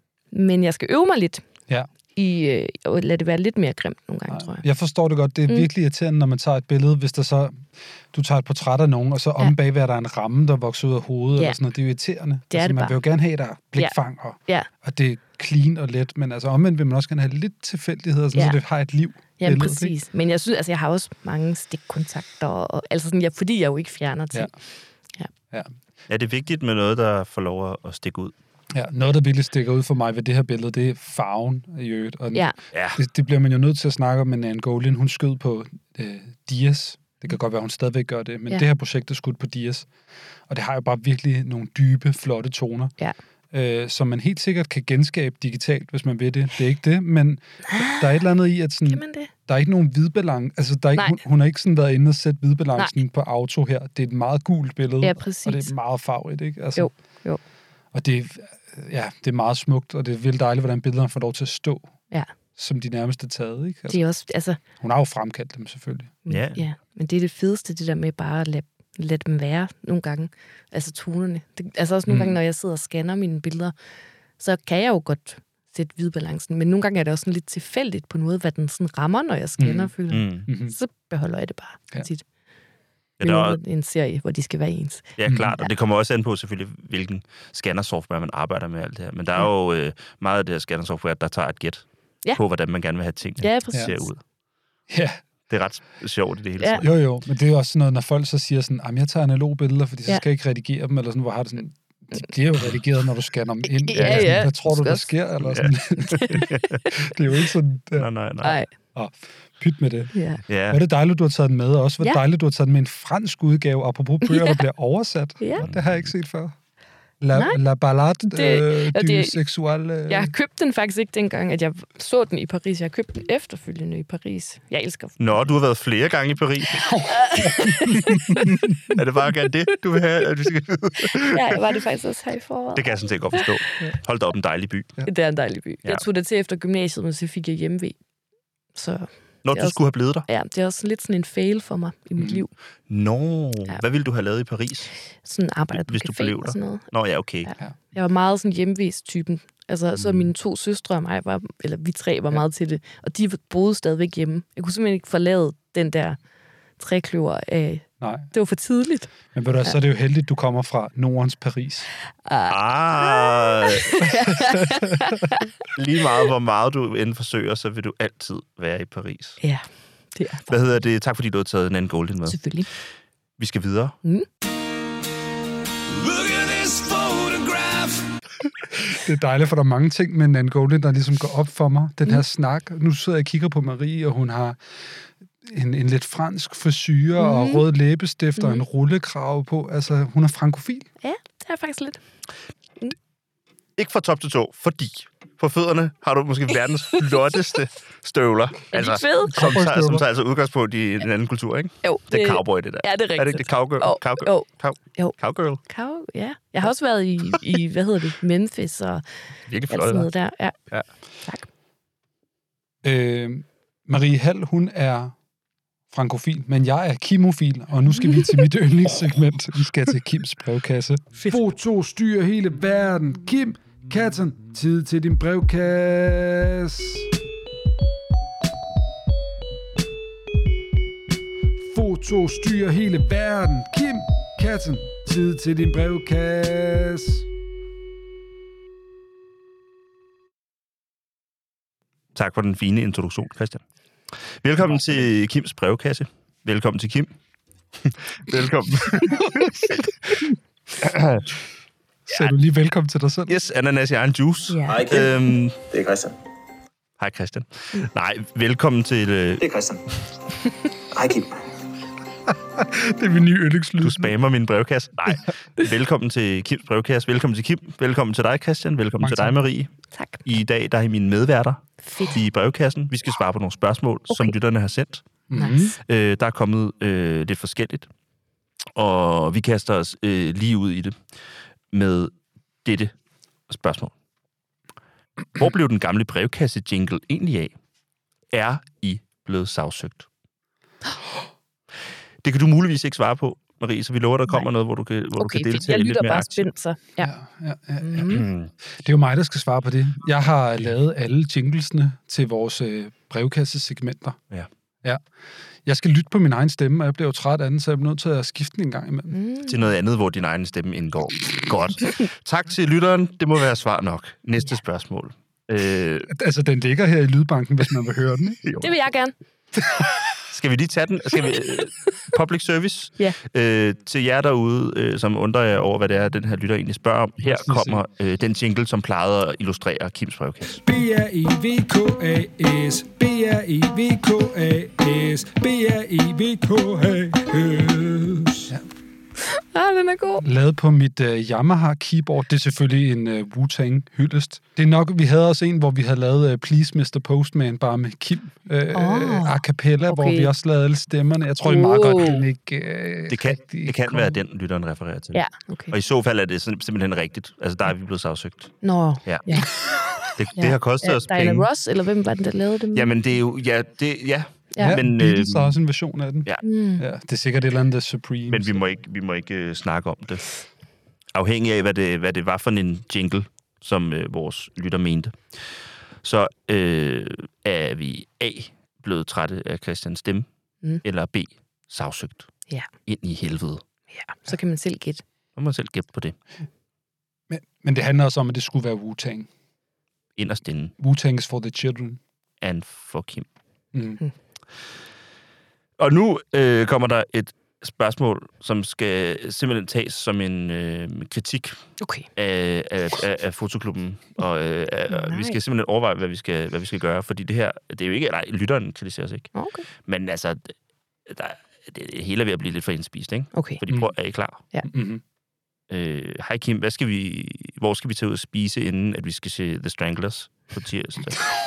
men jeg skal øve mig lidt ja. i øh, at lade det være lidt mere grimt nogle gange, ja. tror jeg. Jeg forstår det godt. Det er mm. virkelig irriterende, når man tager et billede, hvis der så... Du tager et portræt af nogen, og så om ja. bagved er der en ramme, der vokser ud af hovedet, ja. eller sådan noget. Det er jo irriterende. Det er altså, det man bare. vil jo gerne have, der er blikfang, og, ja. og det er clean og let, men altså omvendt vil man også gerne have lidt tilfældigheder, sådan, ja. så det har et liv. Ja, præcis. Ikke? Men jeg synes, altså jeg har også mange stikkontakter, og, altså sådan, jeg, fordi jeg jo ikke fjerner ting. Ja. Ja. Ja. Er det vigtigt med noget, der får lov at stikke ud? Ja, noget, der virkelig stikker ud for mig ved det her billede, det er farven i øvrigt. Og ja. det, det bliver man jo nødt til at snakke om, men Nan Goldin, hun skød på øh, Dias. Det kan godt være, hun stadigvæk gør det, men ja. det her projekt er skudt på Dias. Og det har jo bare virkelig nogle dybe, flotte toner, ja. øh, som man helt sikkert kan genskabe digitalt, hvis man vil det. Det er ikke det, men der er et eller andet i, at sådan, der er ikke nogen hvidbalance. Altså, der er ikke, hun, hun har ikke sådan været inde og sætte hvidbalancen på auto her. Det er et meget gult billede, ja, og det er meget farvet, ikke? Altså, jo, jo. Og det, ja, det er meget smukt, og det er vildt dejligt, hvordan billederne får lov til at stå, ja. som de nærmeste taget, ikke? Altså, det er også, altså... Hun har jo fremkaldt dem, selvfølgelig. Ja. ja, men det er det fedeste, det der med bare at lade, lade dem være nogle gange. Altså tonerne. Det, altså også nogle mm. gange, når jeg sidder og scanner mine billeder, så kan jeg jo godt sætte hvidbalancen, men nogle gange er det også sådan lidt tilfældigt på noget, hvad den sådan rammer, når jeg scanner, mm. føler. Mm. Så beholder jeg det bare ja. tit. Ja, der er en serie, hvor de skal være ens. Ja, klart, og det kommer også an på selvfølgelig, hvilken scanner-software man arbejder med alt det her. Men der er jo øh, meget af det her scanner-software, der tager et gæt ja. på, hvordan man gerne vil have tingene ja, ser ud. Ja. Det er ret sjovt i det hele ja. tiden. Jo, jo, men det er også sådan noget, når folk så siger sådan, at jeg tager analog billeder, fordi så ja. skal jeg ikke redigere dem, eller sådan, hvor har det sådan, de bliver jo redigeret, når du scanner dem ind. Ja, ja. Sådan, hvad tror du, der sker? Eller sådan. Ja. Det er jo ikke sådan... Der. Nej, nej, nej. Og pyt med det. Ja. Ja. Hvor er det dejligt, du har taget den med, og også hvor ja. dejligt, du har taget den med en fransk udgave, apropos bøger, ja. der bliver oversat. Ja. Det har jeg ikke set før. La, la ballade det, øh, du det, sexuelle... Øh. Jeg har købt den faktisk ikke dengang, at jeg så den i Paris. Jeg har købt den efterfølgende i Paris. Jeg elsker den. Nå, du har været flere gange i Paris. Er det bare gerne det, du vil have? At vi skal... ja, jeg var det faktisk også her i foråret. Det kan jeg sådan set godt forstå. Hold da op, en dejlig by. Ja. Det er en dejlig by. Ja. Jeg tog det til efter gymnasiet, men så fik jeg hjemmevæg. Så... Når du også, skulle have blevet der? Ja, det er også lidt sådan en fail for mig i mit mm. liv. Nå, ja. Hvad ville du have lavet i Paris? Sådan arbejdet på hvis café og sådan noget. Nå ja, okay. Ja. Jeg var meget sådan hjemvægstypen. Altså, mm. så mine to søstre og mig, var, eller vi tre var ja. meget til det, og de boede stadigvæk hjemme. Jeg kunne simpelthen ikke forlade den der trækløver af... Nej. Det var for tidligt. Men ved du, ja. så er det jo heldigt, du kommer fra Nordens Paris. Ah. ah. Lige meget, hvor meget du end forsøger, så vil du altid være i Paris. Ja, det er. Hvad hedder det? Tak fordi du har taget Nan Goldin med. Selvfølgelig. Vi skal videre. Mm. Look at this photograph. Det er dejligt, for der er mange ting med Nan Goldin, der ligesom går op for mig. Den mm. her snak. Nu sidder jeg og kigger på Marie, og hun har en, en lidt fransk frisyre mm. og rød læbestift mm. og en rullekrave på. Altså, hun er frankofil. Ja, det er faktisk lidt. Mm. Ikke fra top til tå, fordi på fødderne har du måske verdens flotteste støvler. Er altså, de fede? Som tager, som tager altså udgangspunkt i en anden kultur, ikke? Jo. Det er cowboy, det der. Ja, det er rigtigt. Er det ikke det cowgirl? Oh, cowgirl? Oh. Cow, jo. Cowgirl? Cow, ja. Jeg har også været i, i hvad hedder det, Memphis og virkelig flot, alt sådan noget der. Ja. ja. Tak. Øh, Marie Hall, hun er frankofil, men jeg er kimofil, og nu skal vi til mit yndlingssegment. Vi skal til Kims brevkasse. Foto styrer hele verden. Kim, Katten, tid til din brevkasse. Foto styrer hele verden. Kim, katten, tid til din brevkasse. Tak for den fine introduktion, Christian. Velkommen til Kims brevkasse. Velkommen til Kim. Velkommen. Så du lige velkommen til dig selv. Yes, ananas i egen juice. Yeah. Hej Kim, øhm, det er Christian. Hej Christian. Nej, velkommen til... Øh... Det er Christian. Hej Kim. Det er min nye yndlingslyd. Du spammer min brevkasse. Nej, velkommen til Kims brevkasse. Velkommen til Kim. Velkommen til dig, Christian. Velkommen Mange til dig, Marie. Tak. I dag der er I mine medværter Fedt. I brevkassen. Vi skal svare på nogle spørgsmål, okay. som lytterne har sendt. Nice. Øh, der er kommet øh, lidt forskelligt. Og vi kaster os øh, lige ud i det med dette spørgsmål. Hvor blev den gamle brevkasse-jingle egentlig af? Er I blevet sagsøgt? Det kan du muligvis ikke svare på, Marie, så vi lover, der kommer Nej. noget, hvor du kan, hvor okay, du kan deltage jeg lidt mere bare aktivt. spændt, så. Ja. Ja, ja, ja, ja. Mm. Det er jo mig, der skal svare på det. Jeg har lavet alle jinglesene til vores øh, brevkassesegmenter. Ja. Ja. Jeg skal lytte på min egen stemme, og jeg bliver jo træt af den, så jeg bliver nødt til at skifte den en gang imellem. Mm. Til noget andet, hvor din egen stemme indgår. Godt. Tak til lytteren. Det må være svar nok. Næste spørgsmål. Øh... Altså, den ligger her i lydbanken, hvis man vil høre den, ikke? Det vil jeg gerne. Skal vi lige tage den? Skal vi, public service? Ja. Øh, til jer derude, øh, som undrer jer over, hvad det er, den her lytter egentlig spørger om. Her kommer øh, den jingle, som plejede at illustrere Kims brevkasse. B R E V K A S B R E V K A S B R E V K A S. Ja. Ah, den er god. Lavet på mit uh, Yamaha keyboard. Det er selvfølgelig en uh, Wu-Tang hyldest. Det er nok, vi havde også en, hvor vi havde lavet uh, Please mister Postman, bare med Kim. Uh, oh, a cappella, okay. Hvor vi også lavede alle stemmerne. Jeg tror, oh. det er meget godt, den ikke uh, Det kan, det kan være den, lytteren refererer til. Ja, okay. Og i så fald er det simpelthen rigtigt. Altså, der er vi blevet sagsøgt. Nå, ja. ja. Det, det har kostet ja, os Diana penge. Ross, eller hvem var den, der lavede det? Jamen, det er jo... Ja, det, ja. Ja, men Beatles øh, har også en version af den. Ja. Mm. Ja, det er sikkert et eller andet Supreme. Men vi må ikke, vi må ikke uh, snakke om det. Afhængig af, hvad det, hvad det var for en jingle, som uh, vores lytter mente. Så uh, er vi A, blevet trætte af Christians stemme, mm. eller B, sagsøgt. Ja. Ind i helvede. Ja, så kan man selv gætte. Så må man selv gætte på det. Men, men det handler også om, at det skulle være Wu-Tang. Inderst inde. Wu-Tang is for the children. And for Kim. Mm. Mm. Og nu øh, kommer der et spørgsmål, som skal simpelthen tages som en øh, kritik okay. af, af, af, af fotoklubben. Og øh, af, vi skal simpelthen overveje, hvad vi skal, hvad vi skal gøre, fordi det her, det er jo ikke, nej, lytteren kritiserer os ikke. Okay. Men altså, der, det hele er ved at blive lidt for indspist, ikke? Okay. Fordi, prøv, er I klar? Ja. Mm-hmm. Øh, hej Kim, hvad skal vi, hvor skal vi tage ud og spise, inden at vi skal se The Stranglers på tirsdag?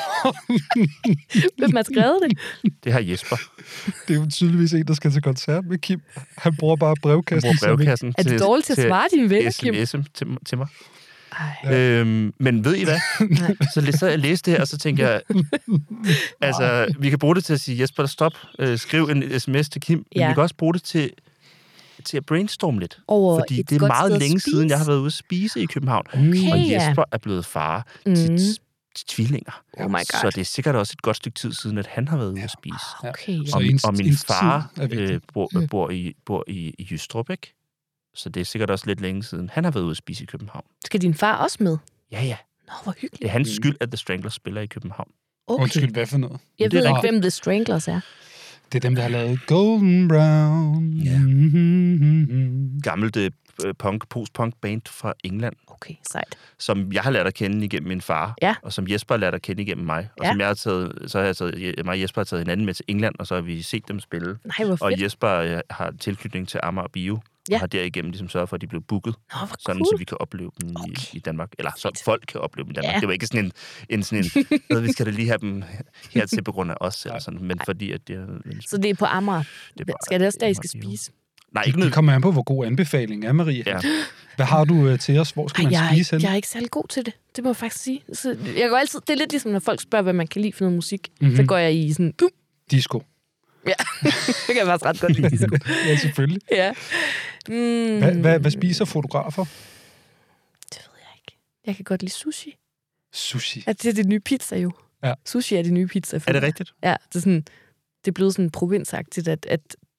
Hvem har skrevet det? Det har Jesper. Det er jo tydeligvis en, der skal til koncert med Kim. Han bruger bare brevkassen. Han bruger brevkassen til, er du dårlig til at svare dine venner, Kim? Sms'em til, til mig. Øhm, men ved I hvad? så, så jeg læste det her, og så tænker jeg, altså, vi kan bruge det til at sige, Jesper, stop, øh, skriv en sms til Kim, ja. Men vi kan også bruge det til, til at brainstorme lidt. Over fordi det er meget længe siden, jeg har været ude at spise i København. Okay, og Jesper ja. er blevet far mm. til tvillinger. Oh my God. Så det er sikkert også et godt stykke tid siden, at han har været ude at spise. Okay. Og, og min far øh, bor, mm. bor, i, bor i, i Jystrup, ikke? Så det er sikkert også lidt længe siden. Han har været ude at spise i København. Skal din far også med? Ja, ja. Nå, hvor hyggeligt. Det er hans skyld, at The Stranglers spiller i København. Okay. Undskyld, hvad for noget? Jeg ved ikke, hvem The Stranglers er. Det er dem, der har lavet Golden Brown. Ja. Mm-hmm. Gammelt øh, punk, post-punk band fra England. Okay, sejt. Som jeg har lært at kende igennem min far. Ja. Og som Jesper har lært at kende igennem mig. Og ja. som jeg har taget, så har jeg taget, mig og Jesper har taget hinanden med til England, og så har vi set dem spille. Nej, hvor fedt. Og Jesper øh, har tilknytning til Amager Bio. Ja. Og har derigennem ligesom sørget for, at de blev booket. Nå, hvor sådan, cool. så vi kan opleve dem okay. i, i Danmark. Eller så folk kan opleve dem i Danmark. Ja. Det var ikke sådan en, en, sådan en noget, vi skal da lige have dem hertil på grund af os. Eller sådan, men fordi, at det er... Så det er på Amager? Det er skal det også der, I skal spise? Nej, ikke noget. Det kommer an på, hvor god anbefaling er, Marie. Ja. Hvad har du uh, til os? Hvor skal Ej, man jeg spise hen? Jeg er ikke særlig god til det. Det må jeg faktisk sige. Så jeg går altid, det er lidt ligesom, når folk spørger, hvad man kan lide for noget musik. Mm-hmm. Så går jeg i sådan... Uh. Disco. Ja, det kan jeg faktisk ret godt lide, disco. Ja, selvfølgelig. Ja. Mm. Hvad, hvad, hvad spiser fotografer? Det ved jeg ikke. Jeg kan godt lide sushi. Sushi? Altså, det er det nye pizza jo. Ja. Sushi er det nye pizza. Er det rigtigt? Ja, det er, sådan, det er blevet sådan provinsagtigt, at, at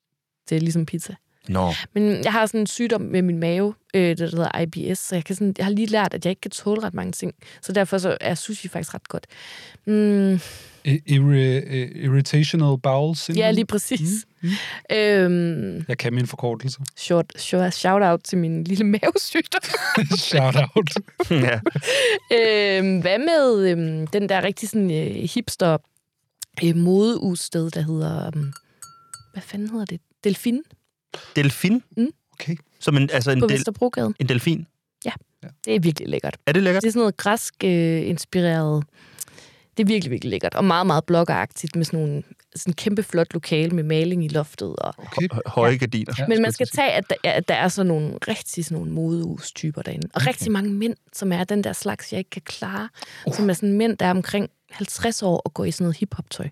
Det er ligesom pizza. Nå. Men jeg har sådan en sygdom med min mave, øh, der hedder I B S, så jeg, kan sådan, jeg har lige lært, at jeg ikke kan tåle ret mange ting. Så derfor så er sushi faktisk ret godt. Mm. Irri- irritational bowel syndrome? Ja, lige præcis. Mm. Mm. Øhm, jeg kan min forkortelse. Short, short, shout out til min lille mavesygdom. Shout out. ja. øhm, hvad med øhm, den der rigtig sådan øh, hipster øh, modeudsted, der hedder... Um, hvad fanden hedder det? Delfin? Delfin? Mm. Okay. Som en, altså en på del- Vesterbrogade. En delfin? Ja, det er virkelig lækkert. Er det lækkert? Det er sådan noget græsk øh, inspireret. Det er virkelig, virkelig lækkert. Og meget, meget bloggeragtigt med sådan nogle sådan kæmpe flot lokale med maling i loftet. Og, okay. Høje gardiner. Ja. Men man skal tage, at der, at der er sådan nogle rigtig sådan nogle modeustyper derinde. Og okay. rigtig mange mænd, som er den der slags, jeg ikke kan klare. Uh. Som er sådan mænd, der er omkring halvtreds år og går i sådan noget hiphop-tøj.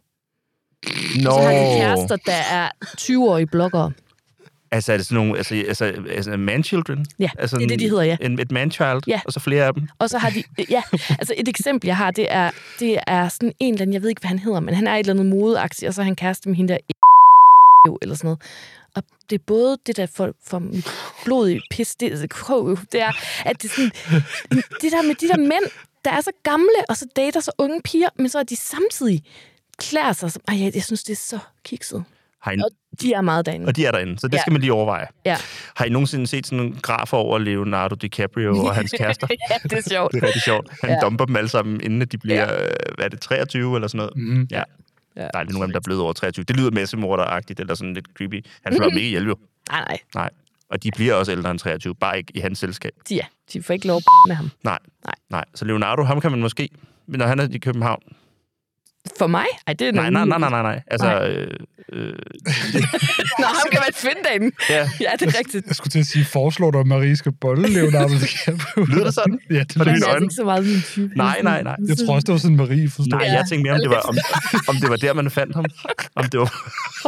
No. Og så har de kærester, der er tyve-årige bloggere. Altså er det sådan nogle, altså, altså, altså man-children? Ja, altså det er det, de hedder, ja. En, et man-child, ja. Og så flere af dem? Og så har de, ja, altså et eksempel, jeg har, det er, det er sådan en eller anden, jeg ved ikke, hvad han hedder, men han er et eller andet modeaktie, og så er han kæreste med hende der eller sådan noget. Og det er både det der for, for mit blodige pis, det, det er, at det er sådan, det der med de der mænd, der er så gamle, og så dater så unge piger, men så er de samtidig klæder sig som, ej, jeg, jeg synes, det er så kikset. I... Og de er meget derinde. Og de er derinde, så det ja. skal man lige overveje. Ja. Har I nogensinde set sådan nogle grafer over Leonardo DiCaprio og hans kærester? Ja, det er sjovt. Det er rigtig sjovt. Han ja. dumper dem alle sammen, inden de bliver, ja. hvad er det, treogtyve eller sådan noget? Mm. Ja. Ja. Der er lidt nogle af dem, der er blevet over treogtyve. Det lyder massemorderagtigt, eller sådan lidt creepy. Han slår dem ikke ihjel, jo. Nej, nej. Nej. Og de bliver også ældre end treogtyve, bare ikke i hans selskab. De, ja, de får ikke lov med ham. Nej. nej. Nej. Så Leonardo, ham kan man måske, når han er i København. For mig? Ej, det er nej, nej, nej, nej, nej, nej. Altså, nej. Øh, øh, Nå, ham kan man finde derinde. Ja. ja, det er rigtigt. Jeg skulle til at sige, foreslår du, at Marie skal bolle Leonardo DiCaprio? Lyder det sådan? Ja, det lyder det. Det er ikke så meget min type. Nej, nej, nej. Jeg tror også, det var sådan, Marie forstod. Nej, jeg tænkte mere, om det var, om, om det var der, man fandt ham. Om det var,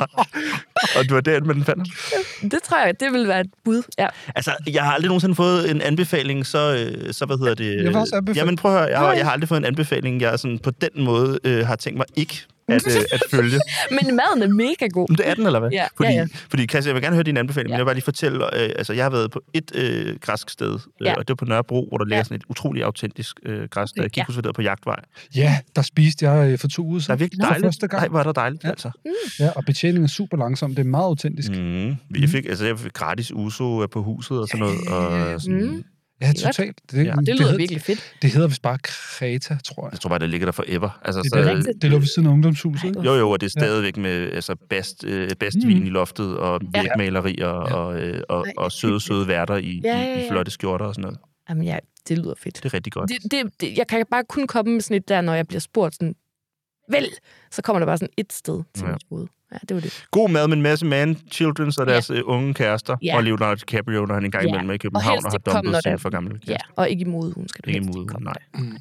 og det var der, man fandt ham. Det tror jeg, det ville være et bud, ja. Altså, jeg har aldrig nogensinde fået en anbefaling, så, så hvad hedder det? Jeg har også anbefaling. Jamen, prøv at høre, jeg har, jeg har aldrig fået en anbefaling, jeg sådan på den måde øh, har tænkt mig ikke at, øh, at følge. Men maden er mega god. Men det er den, eller hvad? Ja, fordi, ja, ja. fordi, Christian, jeg vil gerne høre din anbefaling, ja. men jeg vil bare lige fortælle, øh, altså, jeg har været på et øh, græsk sted, øh, ja. og det var på Nørrebro, hvor der ligger ja. sådan et utroligt autentisk øh, græsk sted. Jeg gik ja. på Jagtvej. Ja, der spiste jeg øh, for to uger siden. Det er virkelig dejligt. Første gang. Nej, hvor er der dejligt, ja. altså. Mm. Ja, og betjeningen er super langsom. Det er meget autentisk. Mm. Jeg fik, altså, jeg fik gratis uso på huset og sådan noget. Og sådan, mm. Ja, totalt. Det, ja. det lyder det hed, virkelig fedt. Det hedder vist bare Kreta, tror jeg. Jeg tror bare, det ligger der forever. Altså, det, så, det, det, det lå ved siden af ungdomshuset. Jo, jo, og det er stadigvæk med altså, bedst, øh, bedst mm. vin i loftet, og vægmalerier, ja. og, øh, og, og søde, søde værter i, ja, ja, ja. i, i flotte skjorter og sådan noget. Jamen ja, det lyder fedt. Det er rigtig godt. Det, det, det, jeg kan bare kun komme med sådan et der, når jeg bliver spurgt sådan, vel, så kommer der bare sådan et sted til ja. mit hoved. Ja, det var det. God mad med en masse man-children og deres ja. unge kærester. Ja. Og Leonardo DiCaprio, når han engang imellem ja. er i København og, og har dumpet sin for gamle kæreste. Ja, og ikke i modeugen skal du ikke i modeugen, nej. Mm.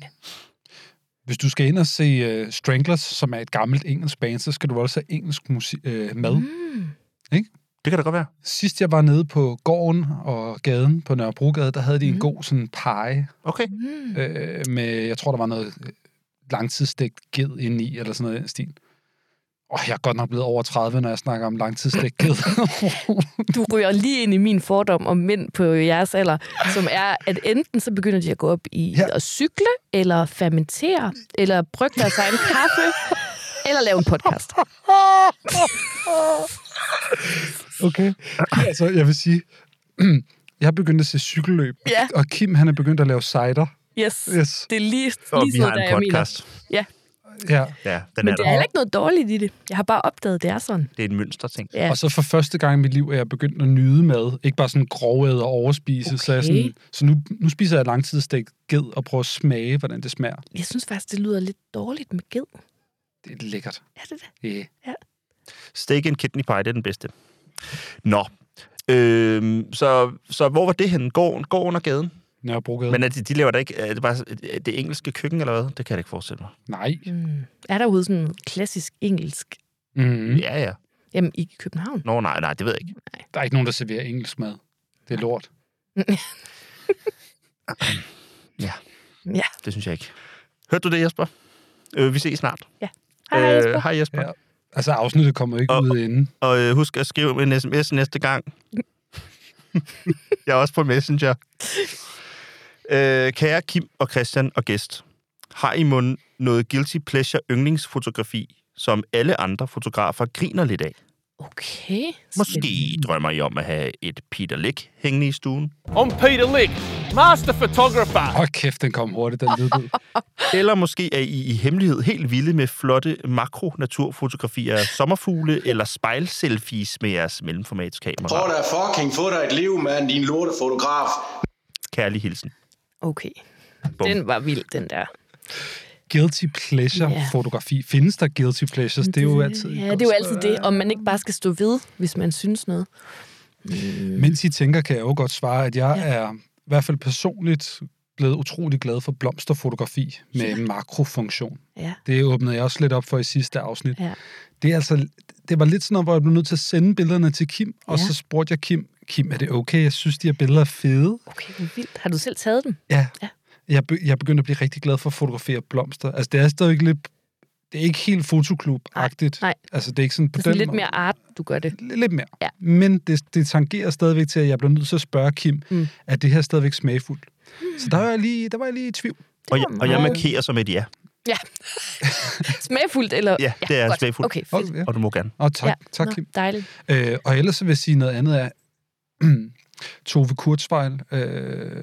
Hvis du skal ind og se uh, Stranglers, som er et gammelt engelsk band, så skal du også have engelsk musik, uh, mad. Mm. Ikke? Det kan da godt være. Sidst jeg var nede på gården og gaden på Nørrebrogade, der havde de en mm. god sådan pie. Okay. Mm. Øh, med, jeg tror, der var noget langtidsstegt ged inde i, eller sådan noget i den stil. Og jeg er godt nok blevet over tredive, når jeg snakker om langtidsstegt ged. Du ryger lige ind i min fordom om mænd på jeres alder, som er, at enten så begynder de at gå op i ja. at cykle, eller fermentere, eller brygge deres egen kaffe, eller lave en podcast. Okay. Altså, jeg vil sige, jeg har begyndt at se cykelløb, ja. og Kim, han er begyndt at lave cider. Yes, yes. det er lige, lige og vi sådan, har en der podcast. Ja. Ja. ja den Men er det er heller ikke noget dårligt i det. Jeg har bare opdaget, det er sådan. Det er en mønsterting. Ja. Og så for første gang i mit liv er jeg begyndt at nyde mad. Ikke bare sådan grovæde og overspise. Okay. Så, jeg sådan, så nu, nu spiser jeg langtidsstegt ged og prøver at smage, hvordan det smager. Jeg synes faktisk, det lyder lidt dårligt med ged. Det er lækkert. Ja, det er det. Yeah. Ja. Steak and kidney pie, det er den bedste. Nå. Øhm, så, så hvor var det henne? Gården, gården og gaden? Nørrebrogade. Men er de, de laver da ikke... Er det bare det engelske køkken, eller hvad? Det kan jeg da ikke forestille mig. Nej. Mm. Er der ude sådan klassisk engelsk? Mm. Ja, ja. Jamen, i København? Nå, nej, nej, det ved jeg ikke. Nej. Der er ikke nogen, der serverer engelsk mad. Det er lort. ja. Ja. Det synes jeg ikke. Hørte du det, Jesper? Øh, vi ses snart. Ja. Hej, Jesper. Øh, hej, Jesper. Ja. Altså, afsnittet kommer ikke og, ud inden. Og øh, husk at skrive en sms næste gang. Jeg er også på Messenger. Øh, kære Kim og Christian og gæst, har I munden noget guilty pleasure yndlingsfotografi, som alle andre fotografer griner lidt af? Okay. Måske drømmer I om at have et Peter Lik hængende i stuen. Om Peter Lik, master photographer. Åh, kæft, den kom hurtigt, den lydbid. Eller måske er I i hemmelighed helt vilde med flotte makro-naturfotografier af sommerfugle eller spejlselfies med jeres mellemformatskamera. Prøv da fucking få dig et liv, mand, din lortefotograf. Kærlig hilsen. Okay. Bum. Den var vild, den der. Guilty pleasure-fotografi. Yeah. Findes der guilty pleasures? Det er jo altid... Ja, det er jo altid det, om man ikke bare skal stå ved, hvis man synes noget. Mm. Mens I tænker, kan jeg jo godt svare, at jeg ja. er i hvert fald personligt blevet utrolig glad for blomsterfotografi med ja. en makrofunktion. Ja. Det åbnede jeg også lidt op for i sidste afsnit. Ja. Det er altså... Det var lidt sådan noget, hvor jeg blev nødt til at sende billederne til Kim, og ja. så spurgte jeg Kim, Kim, er det okay? Jeg synes, de her billeder er fede. Okay, hvor vildt. Har du selv taget dem? Ja. ja. Jeg, be, jeg begyndte at blive rigtig glad for at fotografere blomster. Altså, det er stadig lidt... Det er ikke helt fotoklub-agtigt. Nej, nej. Altså, det er ikke sådan på det er sådan den lidt måde. mere art, du gør det. Lidt mere. Ja. Men det, det tangerer stadigvæk til, at jeg blev nødt til at spørge Kim, mm. at det her stadigvæk smagfuldt. Mm. Så der var jeg lige, der var jeg lige i tvivl. Og jeg, og jeg markerer som et ja. Ja. Smagfuldt, eller... Ja, det er godt. smagfuldt. Okay, fedt. Okay, ja. Og du må gerne. Og tak, ja. tak Nå, Kim. Dejligt. Øh, og ellers vil jeg sige noget andet af Tove Kurzweil, øh,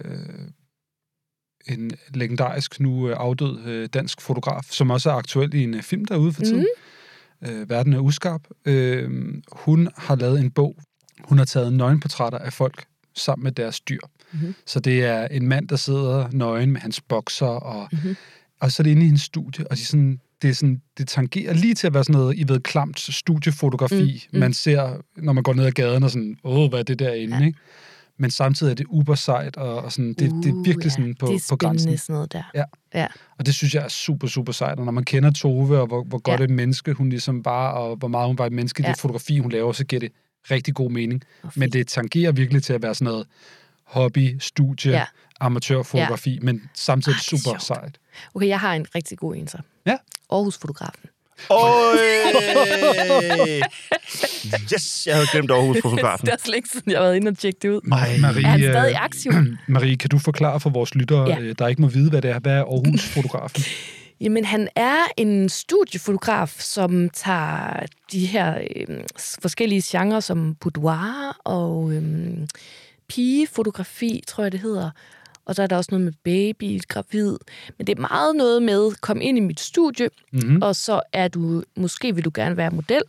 en legendarisk, nu afdød øh, dansk fotograf, som også er aktuel i en øh, film derude for tiden. Mm. Øh, Verden er uskarp. Øh, hun har lavet en bog. Hun har taget nøgenportrætter af folk sammen med deres dyr. Mm-hmm. Så det er en mand, der sidder nøgen med hans bokser, og, mm-hmm. og så er det inde i hendes studie, og de sådan, det, er sådan, det tangerer lige til at være sådan noget, I ved, klamt studiefotografi, mm, mm. man ser, når man går ned ad gaden, og sådan, åh, hvad er det derinde, ja. ikke? Men samtidig er det uber sejt, og, og sådan, det, uh, det er virkelig sådan på, det er på grænsen. sådan noget der. Ja. ja. Og det synes jeg er super, super sejt. Og når man kender Tove, og hvor, hvor godt ja. et menneske hun ligesom bare, og hvor meget hun var et menneske, ja. det fotografi, hun laver, så giver det rigtig god mening. Oh, men det tangerer virkelig til at være sådan noget hobby, studie, ja. amatørfotografi, ja. men samtidig ah, super sejt. Okay, jeg har en rigtig god en så. Ja. Aarhus-fotografen. Øj! Yes, jeg havde glemt Aarhus-fotografen. Det er slet ikke sådan, jeg har været inde og tjekke det ud. Nej, Marie, er han stadig aktiv? Marie, kan du forklare for vores lyttere, ja. der ikke må vide, hvad det er? Hvad er Aarhus-fotografen? Jamen, han er en studiefotograf, som tager de her øh, forskellige genrer som boudoir og øh, pigefotografi, tror jeg det hedder. Og så er der også noget med baby, gravid. Men det er meget noget med, kom ind i mit studie, mm-hmm. og så er du, måske vil du gerne være model.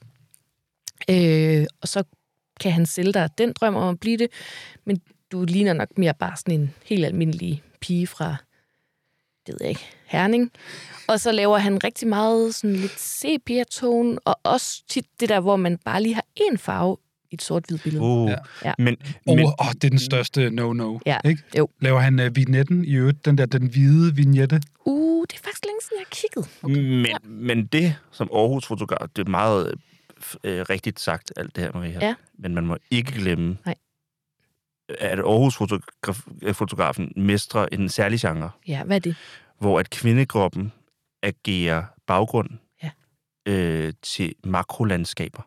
Øh, og så kan han sælge dig den drøm om at blive det. Men du ligner nok mere bare sådan en helt almindelig pige fra, det ved jeg ikke, Herning. Og så laver han rigtig meget sådan lidt sepia-tone, og også tit det der, hvor man bare lige har én farve i et sort-hvid billede. Uh, ja. Ja. Men, oh, men... oh, det er den største no-no. Ja. Ikke? Jo. Laver han uh, vignetten i øvrigt, den der, den hvide vignette? Uh, det er faktisk længe siden, jeg har kigget. Okay. Men, ja. men det, som Aarhus-fotograf, det er meget øh, rigtigt sagt, alt det her, Maria. Ja. Men man må ikke glemme, Nej. at Aarhus-fotografen mestrer en særlig genre. Ja, hvad er det? Hvor at kvindekroppen agerer baggrund ja. øh, til makrolandskaber.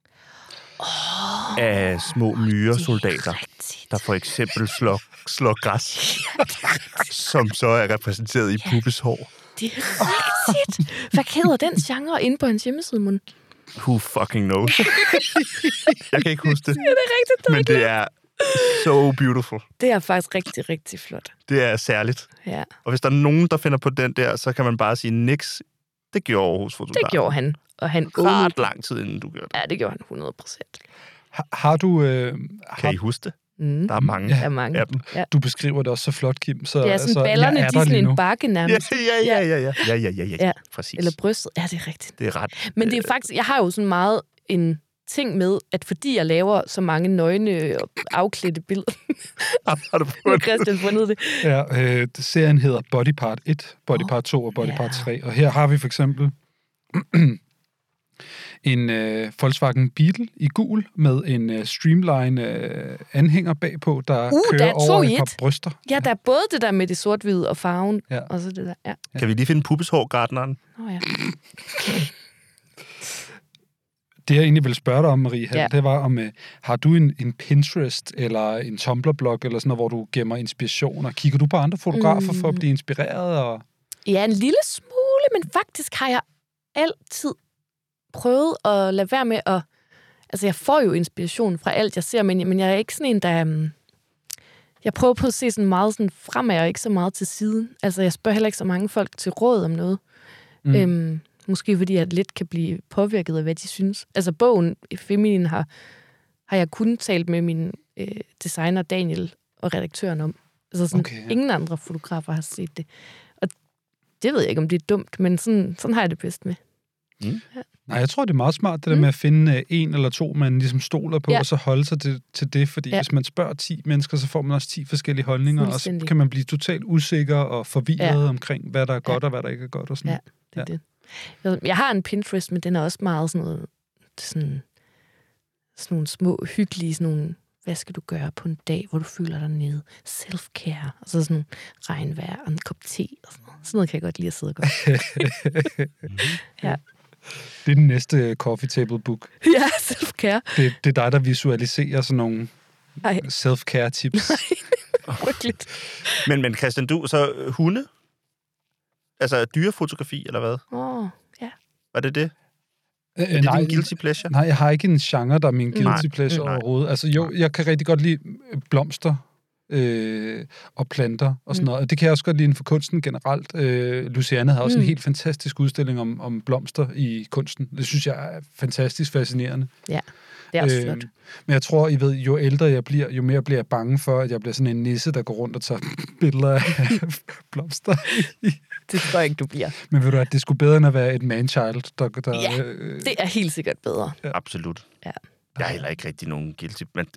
Oh, af små myresoldater, der for eksempel slår, slår græs, som så er repræsenteret i Puppes hår. Det er rigtigt. Hvad hedder den genre inde på hans hjemmeside, Mund? Who fucking knows? Jeg kan ikke huske det. Ja, det er rigtigt. Det men det er so beautiful. Det er faktisk rigtig, rigtig flot. Det er særligt. Ja. Og hvis der er nogen, der finder på den der, så kan man bare sige, niks, det gjorde Aarhus-fotografen. Det gjorde han. Og han ret lang tid, inden du gjorde det. Ja, det gjorde han hundrede procent. Har, har du... Øh, har... Kan I huske det? Mm. Der er mange, ja, der er mange. af dem. Ja. Du beskriver det også så flot, Kim. Så, det er sådan, så ballerne, de er sådan en bakke nærmest. Ja, ja, ja, ja, ja, ja, ja, ja, ja. Præcis. Eller brystet. Ja, det er rigtigt. Det er ret. Men det er faktisk... Jeg har jo sådan meget en ting med, at fordi jeg laver så mange nøgne og afklædte billeder... har du fundet Christian fundet det? Ja, øh, serien hedder Body Part et, Body oh, Part to og Body yeah. Part tre. Og her har vi for eksempel... en øh, Volkswagen Beetle i gul med en øh, streamline øh, anhænger bagpå, der uh, kører der over et par bryster. Ja, der er både det der med det sort-hvide og farven, ja. og så det der, ja. Kan vi lige finde Puppes hår, gartneren? Åh oh, ja. Det, jeg egentlig ville spørge dig om, Marie, Ja. det var om, uh, har du en, en Pinterest eller en Tumblr-blog eller sådan noget, hvor du gemmer inspiration, og kigger du på andre fotografer mm. for at blive inspireret? Og... Ja, en lille smule, men faktisk har jeg altid prøvet at lade være med at... Altså, jeg får jo inspiration fra alt, jeg ser, men, men jeg er ikke sådan en, der... Um, jeg prøver på at se sådan meget sådan fremad, og ikke så meget til siden. Altså, jeg spørger heller ikke så mange folk til råd om noget. Mm. Øhm, måske fordi jeg lidt kan blive påvirket af, hvad de synes. Altså, bogen Feminin har, har jeg kun talt med min øh, designer Daniel og redaktøren om. Altså, sådan, okay, ja. Ingen andre fotografer har set det. Og det ved jeg ikke, om det er dumt, men sådan, sådan har jeg det bedst med. Mm. Ja. Nej, jeg tror, det er meget smart, det der mm. med at finde en eller to, man ligesom stoler på, ja. og så holde sig til, til det, fordi ja. hvis man spørger ti mennesker, så får man også ti forskellige holdninger, og så kan man blive totalt usikker og forvirret ja. omkring, hvad der er godt ja. og hvad der ikke er godt. Og sådan. Ja, det er ja. det. Jeg har en Pinterest, men den er også meget sådan noget, sådan, sådan nogle små, hyggelige, sådan nogle, hvad skal du gøre på en dag, hvor du føler dig nede? Self-care, og så sådan regnvejr og en kop te, og sådan noget. Sådan noget kan jeg godt lide at sidde og gøre. ja. Det er den næste coffee table book. Ja, self-care. Det, det er dig, der visualiserer sådan nogle Ej. self-care tips. Frygteligt. men, men Christian, du, så hunde? Altså dyrefotografi, eller hvad? Åh, oh, ja. Var det det? Øh, er det nej, din guilty pleasure? Nej, jeg har ikke en genre, der er min guilty pleasure nej. overhovedet. Altså jo, jeg kan rigtig godt lide blomster øh, og planter og sådan mm. noget. Og det kan jeg også godt lide inden for kunsten generelt. Øh, Luciane havde også mm. en helt fantastisk udstilling om, om blomster i kunsten. Det synes jeg er fantastisk fascinerende. Ja, det er også øh, flot. Men jeg tror, I ved, jo ældre jeg bliver, jo mere bliver jeg bange for, at jeg bliver sådan en nisse, der går rundt og tager billeder af blomster. Det tror jeg ikke, du bliver. Men ved du at det skulle bedre end at være et man-child, der... der ja, øh, det er helt sikkert bedre. Ja. Absolut. Ja. Jeg er heller ikke rigtig nogen guilty, men...